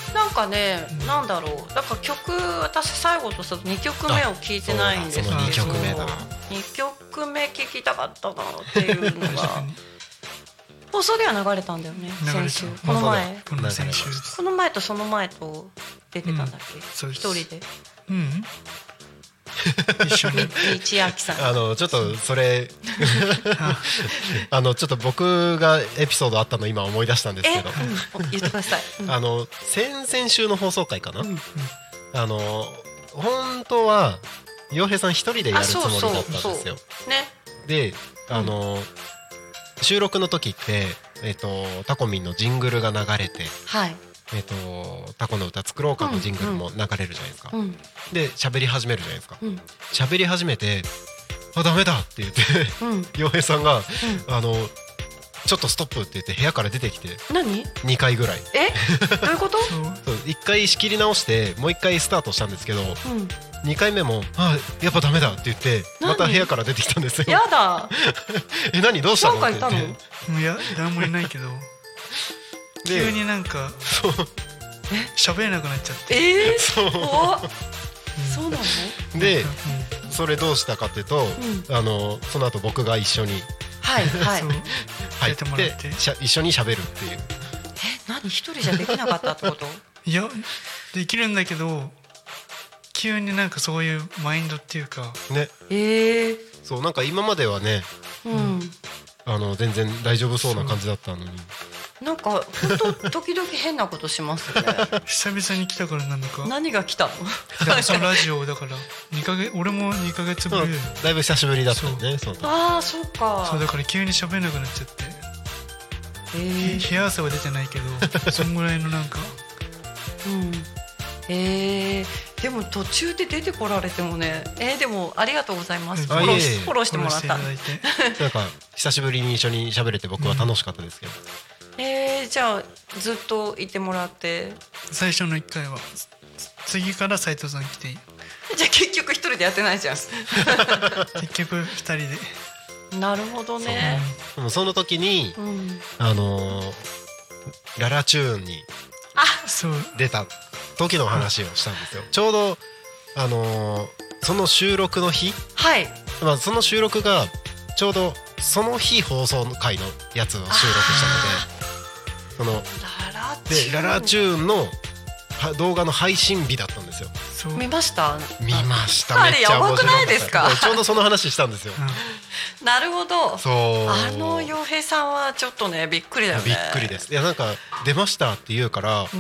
なんかね、うん、なんだろうだから曲私最後とするとにきょくめを聴いてないんですけど、 にきょくめだにきょくめ聴きたかったなっていうのが放送では流れたんだよね先週この前この先週この前とその前と出てたんだっけ一、うん、人でうん一緒に道明さんあのちょっとそれあのちょっと僕がエピソードあったの今思い出したんですけど、 うん、言ってください、うん、 あの先々週の放送回かな、うん、あの本当は洋平さん一人でやるつもりだったんですよ。 そうそうそうね、 であの、うん、収録の時って、えーと、タコミンのジングルが流れて、 はいえーと、タコの歌作ろうかのジングルも流れるじゃないですか、 うんうん、 で喋り始めるじゃないですか、 うん、 喋り始めてあダメだって言って洋、うん、平さんが、うん、あのちょっとストップって言って部屋から出てきて何にかいぐらいえどういうことそういっかい仕切り直してもういっかいスタートしたんですけど、うん、にかいめもあやっぱダメだって言ってまた部屋から出てきたんですよ。 やだえ何どうしたのって言っていや誰もいないけど急になんか喋れなくなっちゃってえー、 そうそうなので、うん、それどうしたかっていうと、うん、あのその後僕が一緒にはいはい入ってしゃ一緒に喋るっていう。 え何一人じゃできなかったってこと？ いやできるんだけど急になんかそういうマインドっていうかねえー、 そうなんか今まではね、 うん、 あの全然大丈夫そうな感じだったのになんか本当時々変なことしますね久々に来たからなのか何が来たのだからそのラジオだからにかげつ俺もにかげつぶりだいぶ久しぶりだったね。そうああそうかそうだから急に喋れなくなっちゃって、 えー、 冷や汗は出てないけどそんぐらいのなんかうんえー、でも途中で出てこられてもねえー、でもありがとうございますフォロー、フォローしてもらったなんか久しぶりに一緒に喋れて僕は楽しかったですけど、 うん、えー、じゃあずっといてもらって最初のいっかいは次から斉藤さん来ていいじゃあ結局一人でやってないじゃん結局ふたりでなるほどね。 そ, その時に、 うん、 あのー、ララチューンに出た時の話をしたんですよ。ちょうど、あのー、その収録の日、 はいまあ、その収録がちょうどその日放送回のやつを収録したのでそのでララチューンの動画の配信日だったんですよ。 見ました見ましたあれやばくないですかちょうどその話したんですよ、 うん、なるほど。 そうあの洋平さんはちょっとねびっくりだよね。 びっくりです。いやなんか出ましたって言うから、うん、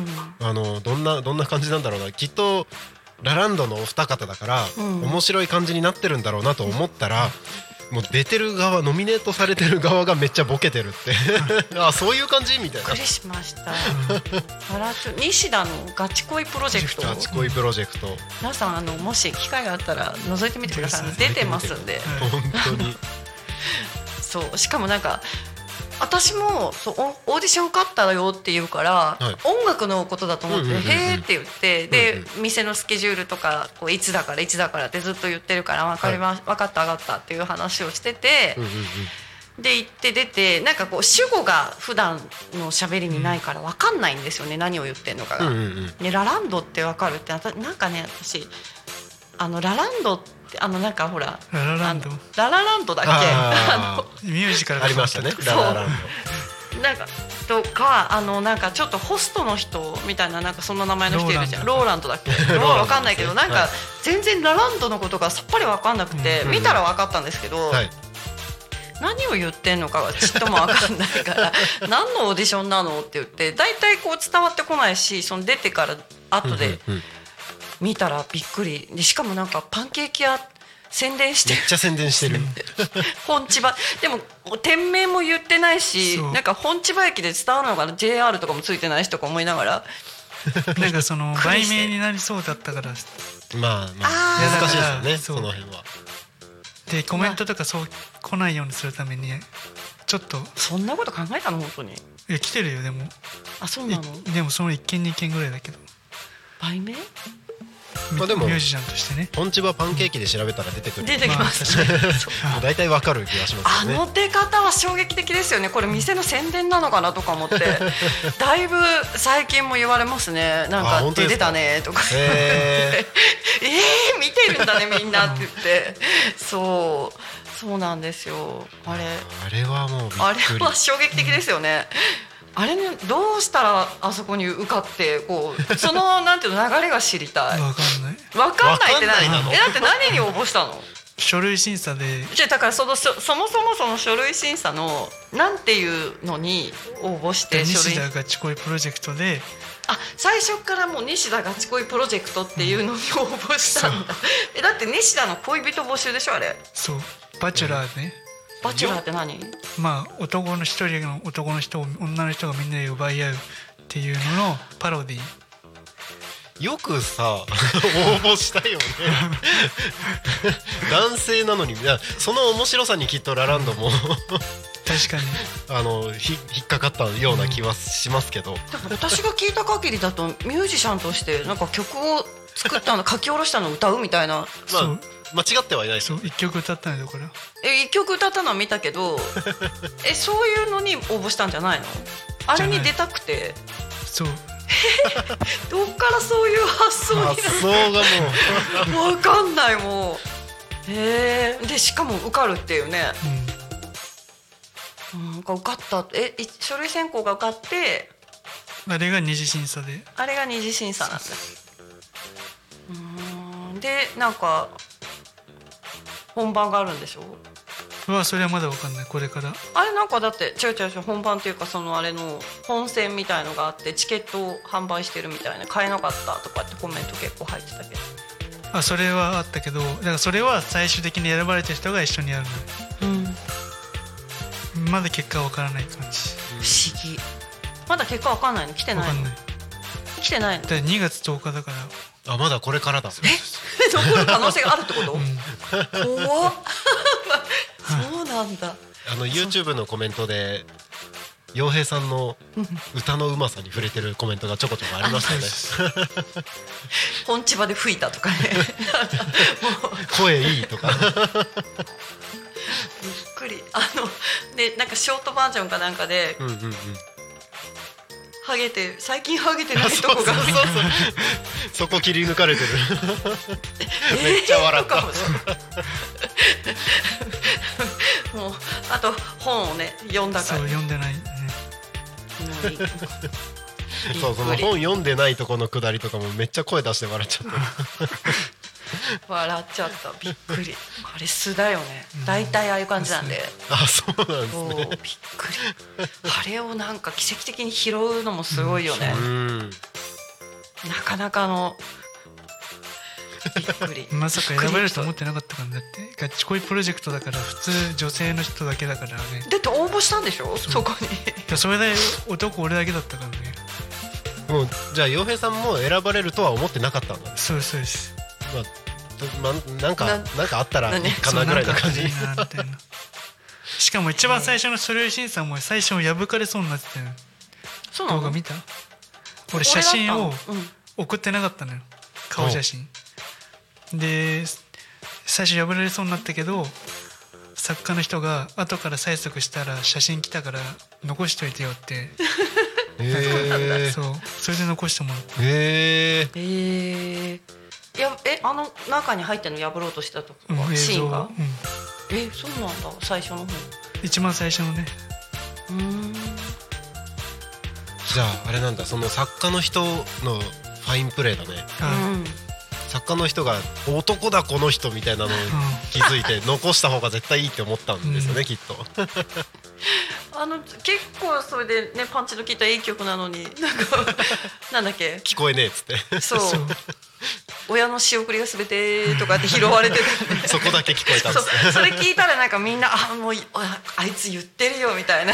あのどんなどんな感じなんだろうなきっとラランドのお二方だから、うん、面白い感じになってるんだろうなと思ったら、うん、もう出てる側ノミネートされてる側がめっちゃボケてるってあそういう感じみたいな。 びっくりしました西田のガチ恋プロジェクトガチ恋プロジェクト皆さんあのもし機会があったら覗いてみてください。出てますんで本当にそうしかもなんか私もそうオーディション受かったよって言うから、はい、音楽のことだと思って、うんうんうん、へーって言ってで、うんうん、店のスケジュールとかこういつだからいつだからってずっと言ってるから分かりま、はい、分かった分かったっていう話をしてて、うんうんうん、で行って出てなんかこう主語が普段の喋りにないから分かんないんですよね、うん、何を言ってんのかが、うんうんうん、でラランドって分かるってなんかね私あのラランドってあのなんかほらララランドララランドだっけあのミュージカルありましたねララランドなんかとかあのなんかちょっとホストの人みたいななんかそんな名前の人いるじゃんローランドだっけローわかんないけどなんか全然ラランドのことがさっぱりわかんなくて、うん、見たらわかったんですけど、はい、何を言ってんのかがちっともわかんないから何のオーディションなのって言ってだいたいこう伝わってこないしその出てから後で、うんうんうん見たらびっくりでしかもなんかパンケーキ屋宣伝してめっちゃ宣伝してる本千葉でも店名も言ってないしなんか本千葉駅で伝わるのかな ジェイアール とかもついてないしとか思いながらなんかその売名になりそうだったからまあまあ難しいですよねその辺はでコメントとかそう来ないようにするためにちょっとそんなこと考えたの本当にいや来てるよでもあそうなのでもそのいっけんにけんぐらいだけど売名まあでもミュージシャンとしてね。 ポンチはパンケーキで調べたら出てくる。 出てきますまあね。 もう大体わかる気がしますよね。 あの出方は衝撃的ですよね。これ店の宣伝なのかなとか思ってだいぶ最近も言われますね。なんかあ本当ですか出てたねとかへえー、見てるんだねみんなって言ってそうそうなんですよ。あれあれはもうびっくり。 あれは衝撃的ですよね。あれね、どうしたらあそこに受かってこうそのなんていうの流れが知りたい。 わかんない。 わかんないってわかんないなの何？えだって何に応募したの？ 書類審査で。 じゃあだからそのそそもそもその書類審査のなんていうのに応募して書類西田ガチ恋プロジェクトで。 あ最初からもう西田ガチ恋プロジェクトっていうのに応募したんだ。えだって西田の恋人募集でしょあれ。 そうバチェラーでね。 バチェラーって何？ まあ男の一人の男の人を女の人がみんなで奪い合うっていうののパロディ。 よくさ応募したよね男性なのに。いやその面白さにきっとラランドも確かにあのひ引っかかったような気はしますけど、 だから私が聞いた限りだとミュージシャンとしてなんか曲を作ったの書き下ろしたのを歌うみたいな。 まそうあ間違ってはいないですよ。 そう一曲歌ったんだから。 え一曲歌ったのは見たけどえそういうのに応募したんじゃないの？あれに出たくて。 そうどっからそういう発想になる発想がもうわかんないもう。へえ。でしかも受かるっていうね。 ううん、なんか受かったえい書類選考が受かってん、あれが二次審査で。 あれが二次審査なんだ。うーんでなんか本番があるんでしょ？ うわそれはまだわかんない。これから。 あれなんかだって違う違う違う本番っていうかそのあれの本戦みたいのがあってチケットを販売してるみたいな買えなかったとかってコメント結構入ってたけど。 あそれはあったけど、だからそれは最終的に選ばれた人が一緒にやるうんの。まだ結果はわからない感じ。 不思議。まだ結果わかんないの？来てないの？ わかんない。 来てないの？ だからにがつとおかだから。 あまだこれからだ。 残る可能性があるってこと？ うん怖っそうなんだ。 あの YouTube のコメントで洋平さんの歌のうまさに触れてるコメントがちょこちょこありましたね。 本千葉で吹いたとかねもう声いいとかびっくり。あのでなんかショートバージョンかなんかでうんうんうんハゲて最近ハゲてないとこがそこ切り抜かれてるめっちゃ笑った、 えーとかももうあと本をね読んだからそう読んでないね。 もういいそうその本読んでないとこのくだりとかもめっちゃ声出して笑っちゃった笑っちゃったびっくり。あれ素だよね。大体ああいう感じなんで。 あそうなんですそうね。 びっくり。あれをなんか奇跡的に拾うのもすごいよね。 うんなかなかのびっくり。 まさか選ばれると思ってなかったから。だってガチ恋プロジェクトだから普通女性の人だけだからね。 だって応募したんでしょ？そこに。 でそれで男俺だけだったからね。 もうじゃあ洋平さんも選ばれるとは思ってなかったんだね。 そうですそうです。 まあ、まなんかななんかあったらいいかそうなぐらいな感じ。 んかあったらいいなみたいな。しかも一番最初の書類審査も最初破かれそうになってたよ。 そうなの？ 動画見た？俺写真を俺だったの？うん送ってなかったのよ。顔写真で最初破られそうになったけど作家の人が後から催促したら写真来たから残しといてよってへそうそれで残してもらった。 えへえ。 えー、いやえあの中に入ってるの破ろうとしたとこは、 うん、映像シーンが、 うん、 えそうなんだ最初の方。 一番最初のね。 うーんじゃああれなんだ、その作家の人のファインプレーだね。 あうん作家の人が男だこの人みたいなのを気づいて残した方が絶対いいって思ったんですよね、 うんきっと。 あの結構それでねパンチの効いたいい曲なのになんかなんだっけ聞こえねえっつってそうそう親の仕送りが全てとかって拾われてたんでそこだけ聞こえたんそですうそれ聞いたらなんかみんなあもうああいつ言ってるよみたいな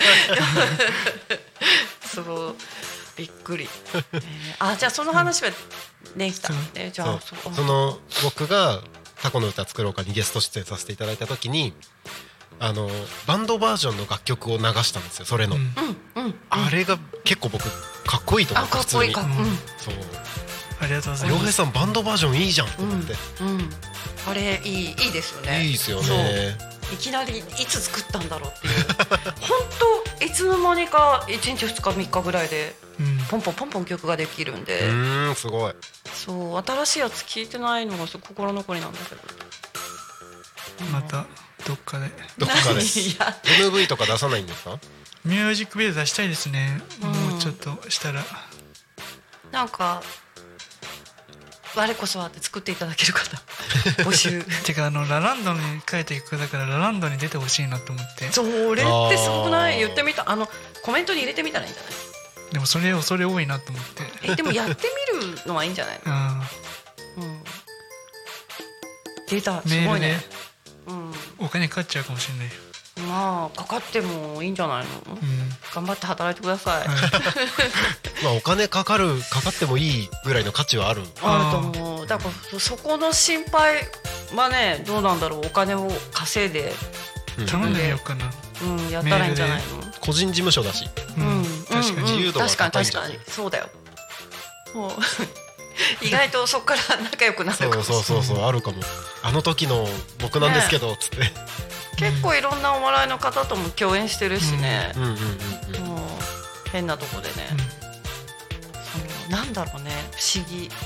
そうびっくり、えー、あじゃあその話はできた、ね、じゃあそうそうその僕がタコの歌作ろうかにゲスト出演させていただいた時にあのバンドバージョンの楽曲を流したんですよ、それの、 うんうんうんあれが結構僕かっこいいと思って、 あかっこいいか、うん、 そうあありがとうござい洋平ます。 さんバンドバージョンいいじゃんと思って、 うん、うん、あれいいいいですよね。 いいですよそうね。 いきなりいつ作ったんだろうっていう本当いつの間にかいちにちふつかみっかぐらいでうんポンポンポンポン曲ができるんうで、 ーんすごい。 そう新しいやつ聞いてないのがすごい心残りなんだけど、 またどっかでどっかでいやエムブイ とか出さないんですか？ ミュージックビデオ出したいですね。 うんもうちょっとしたら。 なんか我こそはって作っていただける方募集てかあのラランドに書いた曲だからラランドに出てほしいなと思って。 それってすごくない？言ってみたあのコメントに入れてみたらいいんじゃない？ でもそれ恐れ多いなと思って。 えでもやってみるのはいいんじゃないの？ あうん、出たーメールですごいね。 お金かかっちゃうかもしれない。 うん、まあかかってもいいんじゃないの？ うん。 頑張って働いてください。 はいまあお金かかるかかってもいいぐらいの価値はある。 あると思う。だからそこの心配はねどうなんだろう。お金を稼いで、 うん頼んでみようかな。 うん、やったらいいんじゃないの？ 個人事務所だし。 うん。確かに。 うんうん自由度が確かに高いんじゃない確かにそうだよ。もう意外とそこから仲良くなるかそうもしれない。 そうそうそうあるかも。あの時の僕なんですけどつって。 結構いろんなお笑いの方とも共演してるしね。 うんうんうんうん。 もう変なとこでね。そのなんだろうね不思議。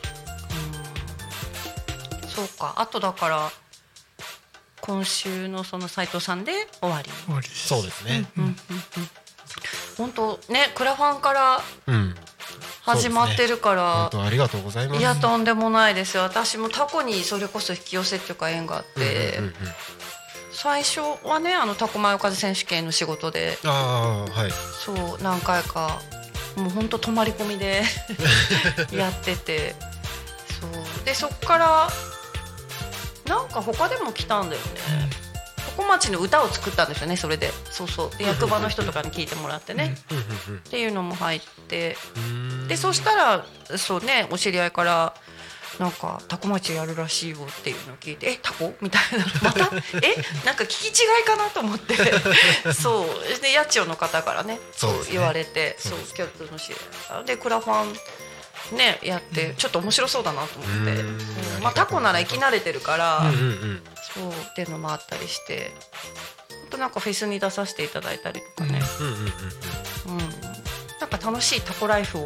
うん、そうか。あとだから今週のその斉藤さんで終わり。 終わりです。 そうですね。 うんうんうん。本当ねクラファンからうん。 始まってるから。 本当ありがとうございます。 いやとんでもないですよ。私もタコにそれこそ引き寄せっていうか縁があって、 うんうんうんうん最初はねあのタコマヨ風選手権の仕事でああはい。 そう何回かもうほんと泊まり込みでやっててそうでそっからなんか他でも来たんだよね。タコ町の歌を作ったんですよねそれでそうそうで役場の人とかに聞いてもらってね、 うんうんっていうのも入ってうん。 でそしたらそうねお知り合いからなんかタコ町やるらしいよっていうのを聞いてえタコみたいなまたえなんか聞き違いかなと思ってそうで八千代の方からねそうそうですね言われてそうそうです共通の知り合いでクラファンねやってちょっと面白そうだなと思ってうんそうまあタコなら生き慣れてるからうんうんうん。 そうっていうのもあったりしてほんとなんかフェスに出させていただいたりとかねうんうんうんうん。 うんなんか楽しいタコライフを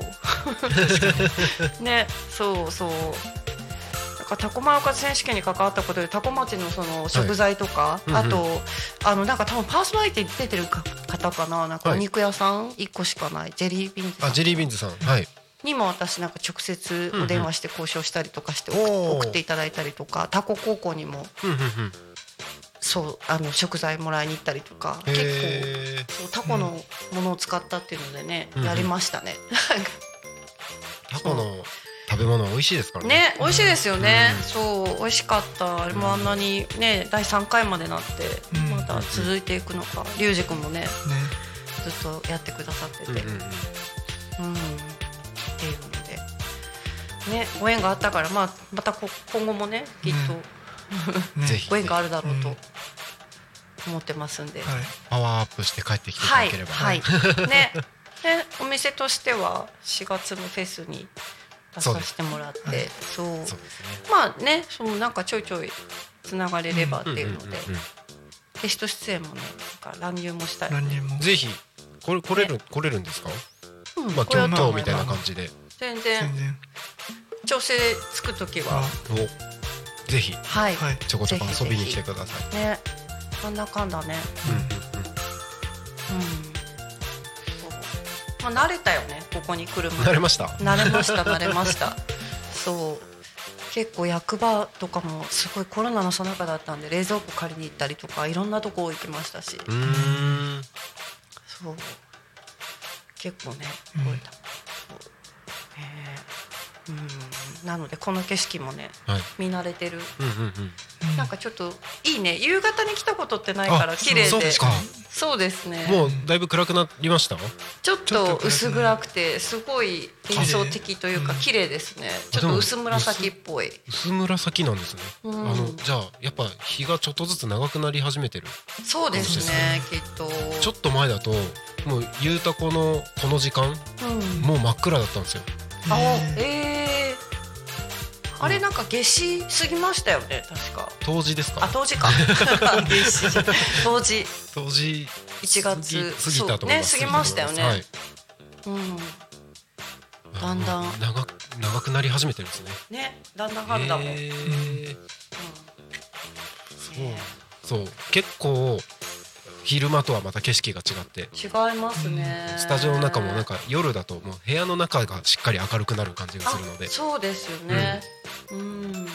ねそうそうなんかタコマヨカ選手権に関わったことでタコ町のその食材とか、 うんうんあとあのなんか多分パーソナリティに出てるか方かななんかお肉屋さんいっこしかないジェリービーンズさんあジェリービーンズさんはい。 にも私なんか直接お電話して交渉したりとかしてうんうん送っていただいたりとかタコ高校にもうんうんうん。 そうあの食材もらいに行ったりとか結構へーそうタコのものを使ったっていうのでね、 うんやりましたね。 タコの食べ物は美味しいですからね。 ね美味しいですよね、 うんそう美味しかったあれもあんなにねだいさんかいまでなってうんまだ続いていくのかリュウジ君もねね。 ずっとやってくださってて、うんんううんうん。 っていうのでねご縁があったから、まあ、またこ今後もねきっと、 ねぜひご縁があるだろうとうん思ってますんで、 パワーアップして帰ってきていたはいだければ。 はいねでお店としてはしがつのフェスに出させてもらってそう,、 そうですね。 まあねそのなんかちょいちょいつながれればっていうので、 うんうんうんうんゲスト出演もねなんか乱入もしたい、 何人も。 ぜひこれ来れる来れるんですか？ うんまあこれは今日今日みたいな感じで。 全然全然。 調整つく時はおぜひはい、 はい。 ちょこちょこ遊びに来てぜください。 ひねなんだかんだねうんうんうん。 うんそうまあ慣れたよねここに来るまで慣れました。 慣れました慣れましたそう結構役場とかもすごいコロナの最中だったんで冷蔵庫借りに行ったりとかいろんなとこ行きましたし、 うーん。 そう結構ねうん動いた、そうへーうんなのでこの景色もねはい。 見慣れてるうんうんうん。 なんかちょっといいね夕方に来たことってないからあ綺麗でそうですか。 そうですねもうだいぶ暗くなりました？ ちょっちょっとと薄暗くてすごい幻想的というか綺麗ですねちょっと薄紫っぽい薄紫なんですね。 うんあのじゃあやっぱ日がちょっとずつ長くなり始めてる。 そうですねきっとちょっと前だともうゆうたこのこの時間うんもう真っ暗だったんですよ。 あえあれなんか夏至過ぎましたよね確か。 冬至ですか？ あ冬至か夏至じゃ冬至冬至いちがつ過ぎ過ぎたと思います。 そうね過ぎましたよね、 はい、 うんだんだん長く長くなり始めてるんですね。 ねだんだん春だもん、 へーうんそうそう結構昼間とはまた景色が違って違いますね、 スタジオの中もなんか夜だともう部屋の中がしっかり明るくなる感じがするので。 そうですよねうん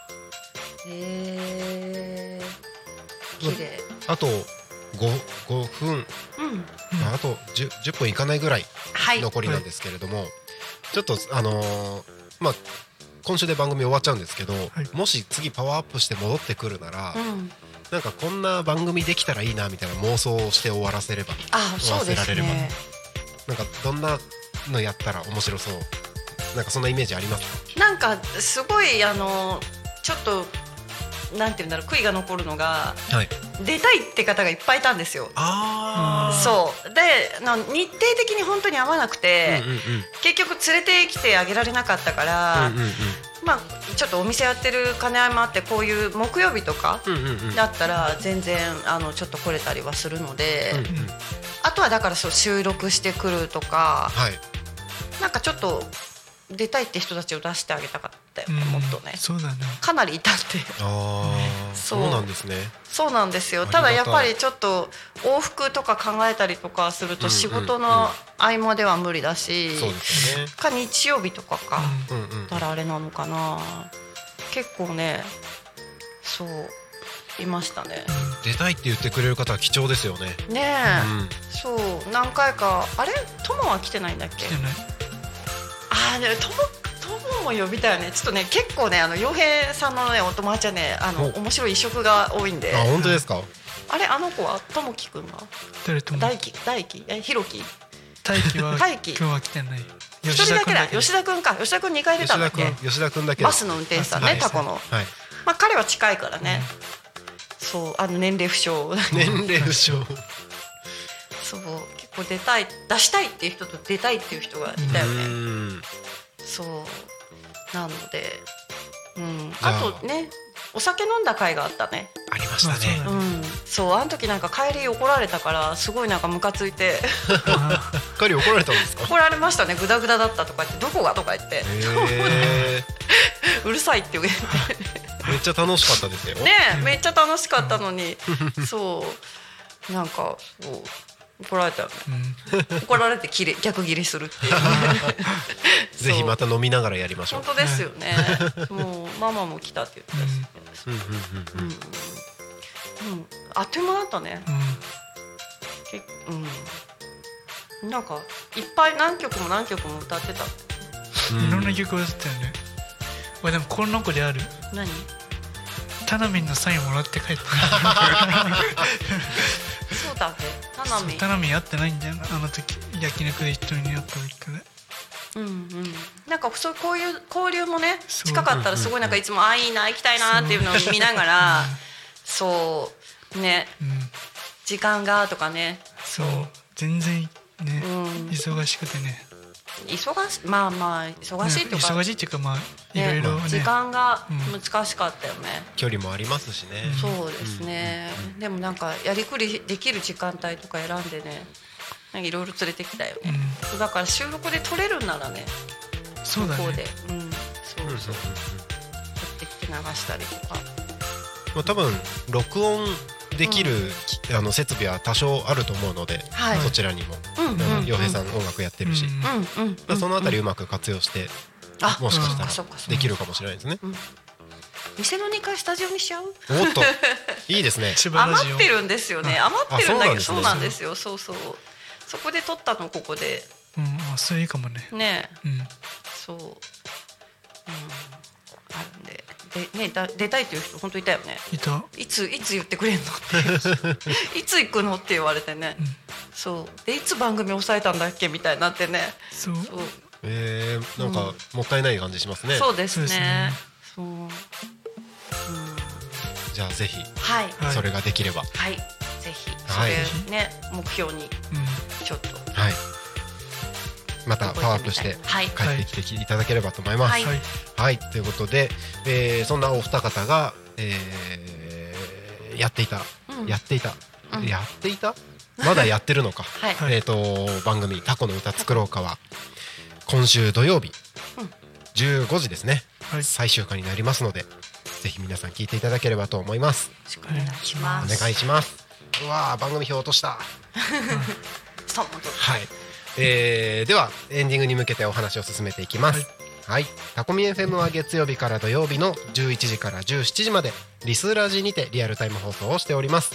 へえ綺麗あと 5, 5分、 うんあと 10, じゅっぷんいかないぐらいはい残りなんですけれども、ちょっとあのーまあ今週で番組終わっちゃうんですけど、 はい、 もし次パワーアップして戻ってくるなら、 うん、 なんかこんな番組できたらいいなみたいな妄想をして終わらせればあ終わらせられれば、 ね、 なんかどんなのやったら面白そう、なんかそんなイメージありますか？ なんかすごいあのちょっとなんていうんだろう悔いが残るのが、 はい、 出たいって方がいっぱいいたんですよ。 あそうでの日程的に本当に合わなくて、 うんうんうん、 結局連れてきてあげられなかったから、 うんうんうん、 まあちょっとお店やってる兼ね合いもあってこういう木曜日とかうんうんうん、 だったら全然あのちょっと来れたりはするので、 うんうん、 あとはだからそう収録してくるとか、 はい、 なんかちょっと出たいって人たちを出してあげたかったよ、 うんもっとねそうだねかなりいたんであそそううなんですね。 そうなんですよ。 ありがたいただやっぱりちょっと往復とか考えたりとかすると仕事の合間では無理だし、 そうですよね。 か日曜日とかか、 うんうん、 だからあれなのかな。結構ねそういましたね。 出たいって言ってくれる方は貴重ですよね。 ねえ、 うん、 そう何回かあれ友は来てないんだっけ？ 来てないあーでも友友も呼びたいよね。ちょっとね結構ねあの洋平さんのねお友達はねあのお面白い異色が多いんで。 あ本当ですか？ あれあの子は友樹くんが誰とも大輝大輝えひろき大輝は大輝今日は来てない一人だけだ吉田くんか吉田くんにかい出たんだっけ？ 吉田君吉田君だけバスの運転手さんね、 はいタコの、 はい、 まあ彼は近いからね、うん、そうあの年齢不詳年齢不詳そう結構出たい出したいっていう人と出たいっていう人がいたよね。 うんそうなので、うん、あとねお酒飲んだ会があったね。 ありましたね。 うん、そうあの時なんか帰り怒られたからすごいなんかムカついて帰り怒られたんですか？ 怒られましたね。グダグダだったとか言ってどこがとか言ってへうるさいって言ってめっちゃ楽しかったですよねえめっちゃ楽しかったのにそうなんかそう怒られたよね、うん、怒られて切れ逆ギレするっていうぜひまた飲みながらやりましょう。 本当ですよね、もうママも来たって言ってたし、うんうんうんうん、あっという間だったね、うん、うん、なんかいっぱい何曲も何曲も歌ってた、 うん、いろんな曲を歌ったよね。俺でもこの子である何タナミンのサインもらって帰ったそうだねタナミンタナミン会ってないんだよなあの時焼肉で一人に会った時からうんうん、なんかそうこういう交流もね近かったらすごいなんかいつもあいいな行きたいなっていうのを見ながらそうね、うん、時間がとかねそう全然ね、うん、忙しくてね忙しまあまあ忙しいとか、 ね、忙しいっていうかまあいろいろね時間が難しかったよね、 うん、距離もありますしね、 うん、そうですね、うん、でもなんかやりくりできる時間帯とか選んでねいろいろ連れてきたよね、うん、だから収録で撮れるんならねそうだね向こうで、うん、そうそう撮ってきて流したりとか、 まあ、多分録音できる、うん、あの設備は多少あると思うので、はい、そちらにも洋平さん音楽やってるし、うんうんうん、そのあたりうまく活用して、うん、もしかしたらできるかもしれないですね、うん、 店のにかいスタジオにしちゃう？おっといいですね余ってるんですよね余ってるんだけどそうなんですよそうそうそこで撮ったのここでうんあそれいいかもねねえ、うん、そう、うん、あるんでで、ね、だ出たいという人本当いたよねいたいついつ言ってくれんのっていつ行くのって言われてね、うん、そうでいつ番組抑えたんだっけみたいになってねそうそうえー、なんかもったいない感じしますね、 うん、そうですねそう、うん、 じゃあぜひ、 はい、 それができればはいぜひそれね、はい、目標にちょっと、 はい、 またパワーアップしてはい帰ってきていただければと思います。 はいはいはい、ということで、えーそんなお二方が、えーやっていた、 うんやっていた、 うんやっていたまだやってるのか、 はいはいえー、と番組タコの歌作ろうかは今週土曜日、 うんじゅうごじですね、 はい最終回になりますので、ぜひ皆さん聞いていただければと思います。 よろしくお願いしまおす。 願いします。うわー、番組表落とした。 そうはい、えー、ではエンディングに向けてお話を進めていきます。はい、タコミ エフエム は月曜日から土曜日のじゅういちじからじゅうしちじまでリスラジにてリアルタイム放送をしております。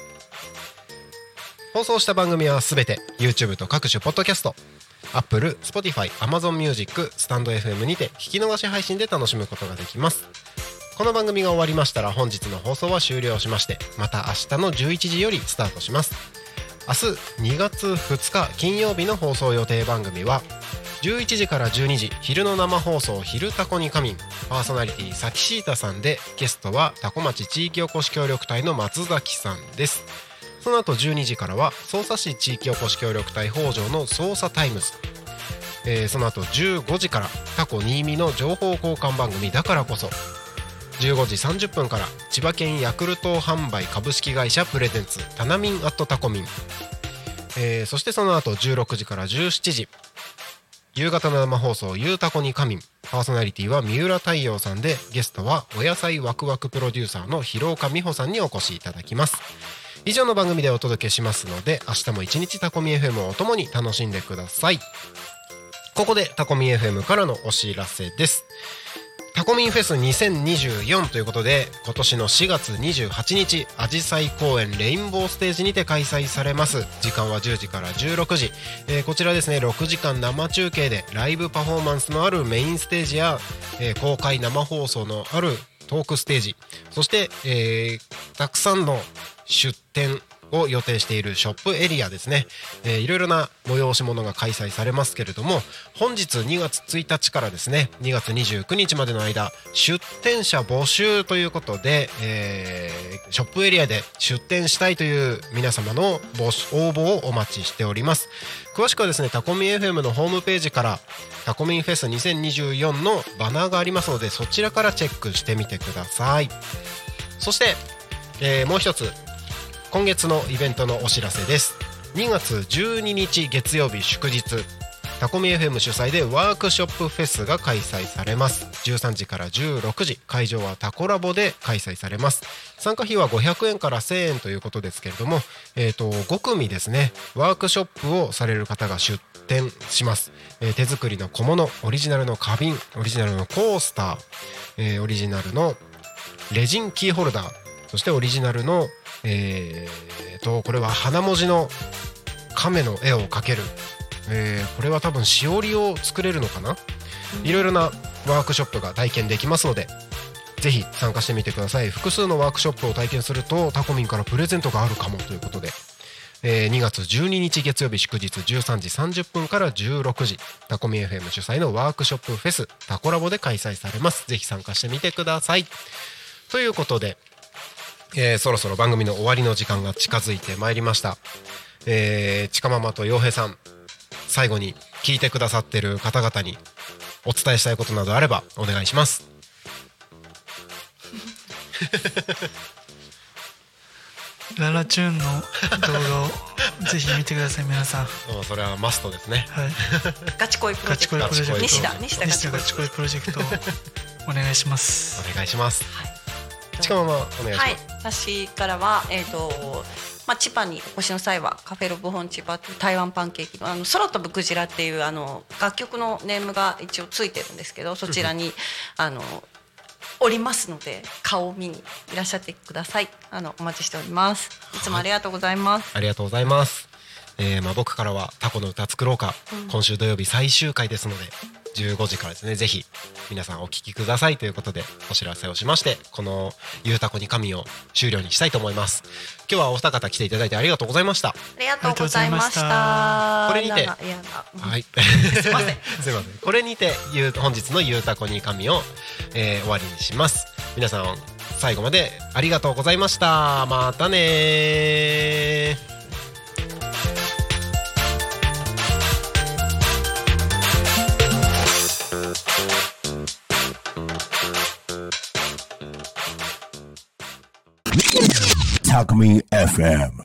放送した番組はすべて YouTube と各種ポッドキャスト、Apple、Spotify、Amazon Music、スタンド エフエム にて聞き逃し配信で楽しむことができます。この番組が終わりましたら本日の放送は終了しまして、また明日のじゅういちじよりスタートします。明日にがつふつか金曜日の放送予定番組はじゅういちじからじゅうにじ昼の生放送昼タコに仮眠、パーソナリティサキシータさんで、ゲストはタコ町地域おこし協力隊の松崎さんです。その後じゅうにじからは匝瑳市地域おこし協力隊北条の捜査タイムズ、えー、その後じゅうごじからタコ新見の情報交換番組だからこそ、じゅうごじさんじゅっぷんから千葉県ヤクルト販売株式会社プレゼンツタナミンアットタコミン、えー、そしてその後じゅうろくじからじゅうしちじ夕方の生放送ゆうたこに仮眠、パーソナリティは三浦太陽さんで、ゲストはお野菜ワクワクプロデューサーの広岡美穂さんにお越しいただきます。以上の番組でお届けしますので、明日も一日タコミ エフエム をおともに楽しんでください。ここでタコミ エフエム からのお知らせです。タコミンフェスにせんにじゅうよんということで、今年のしがつにじゅうはちにちあじさい公園レインボーステージにて開催されます。時間はじゅうじからじゅうろくじ、えー、こちらですね、ろくじかん生中継でライブパフォーマンスのあるメインステージや、えー、公開生放送のあるトークステージ、そして、えー、たくさんの出展を予定しているショップエリアですね、えー、いろいろな催し物が開催されますけれども、本日にがつついたちからですねにがつにじゅうくにちまでの間、出店者募集ということで、えー、ショップエリアで出店したいという皆様の募集応募をお待ちしております。詳しくはですね、タコミ エフエム のホームページからタコミンフェスにせんにじゅうよんのバナーがありますので、そちらからチェックしてみてください。そして、えー、もう一つ今月のイベントのお知らせです。にがつじゅうににち月曜日祝日、タコミ エフエム 主催でワークショップフェスが開催されます。じゅうさんじからじゅうろくじ、会場はタコラボで開催されます。参加費はごひゃくえんからせんえんということですけれども、えーとごくみですね、ワークショップをされる方が出展します。えー、手作りの小物、オリジナルの花瓶、オリジナルのコースター、えー、オリジナルのレジンキーホルダー、そしてオリジナルのえー、とこれは花文字の亀の絵を描ける、えー、これは多分しおりを作れるのかな、いろいろなワークショップが体験できますので、ぜひ参加してみてください。複数のワークショップを体験するとタコミンからプレゼントがあるかもということで、えー、にがつじゅうににち月曜日祝日じゅうさんじさんじゅっぷんからじゅうろくじ、タコミ エフエム 主催のワークショップフェスタコラボで開催されます。ぜひ参加してみてください。ということで、えー、そろそろ番組の終わりの時間が近づいてまいりました。えー、ちかママと陽平さん、最後に聞いてくださってる方々にお伝えしたいことなどあればお願いします。 ララチューンの動画をぜひ見てください皆さん。 もうそれはマストですね。 はい。 ガチ恋プロジェクト、 ガチ恋プロジェクト、 西田西田ガチ恋ガチ恋プロジェクトお願いします。 お願いします。ちかママお願いします。 はい、私からはえっ、ー、とまあ千葉にお越しの際はカフェロブホン千葉という台湾パンケーキのあの空飛ぶクジラっていうあの楽曲のネームが一応ついてるんですけど、そちらにあのおりますので顔を見にいらっしゃってください。あのお待ちしております。いつもありがとうございます。 はい、ありがとうございます。えー、まあ僕からはタコの歌作ろうか、うん、今週土曜日最終回ですのでじゅうごじからですね、ぜひ皆さんお聞きくださいということでお知らせをしまして、このゆうたこに神を終了にしたいと思います。今日はお二方来ていただいてありがとうございました。 ありがとうございました。 これにて、 やだやだはいすいませんすいませんこれにてゆう本日のゆうたこに神を、えー、終わりにします。皆さん最後までありがとうございました。またねー。 Talk Me エフエム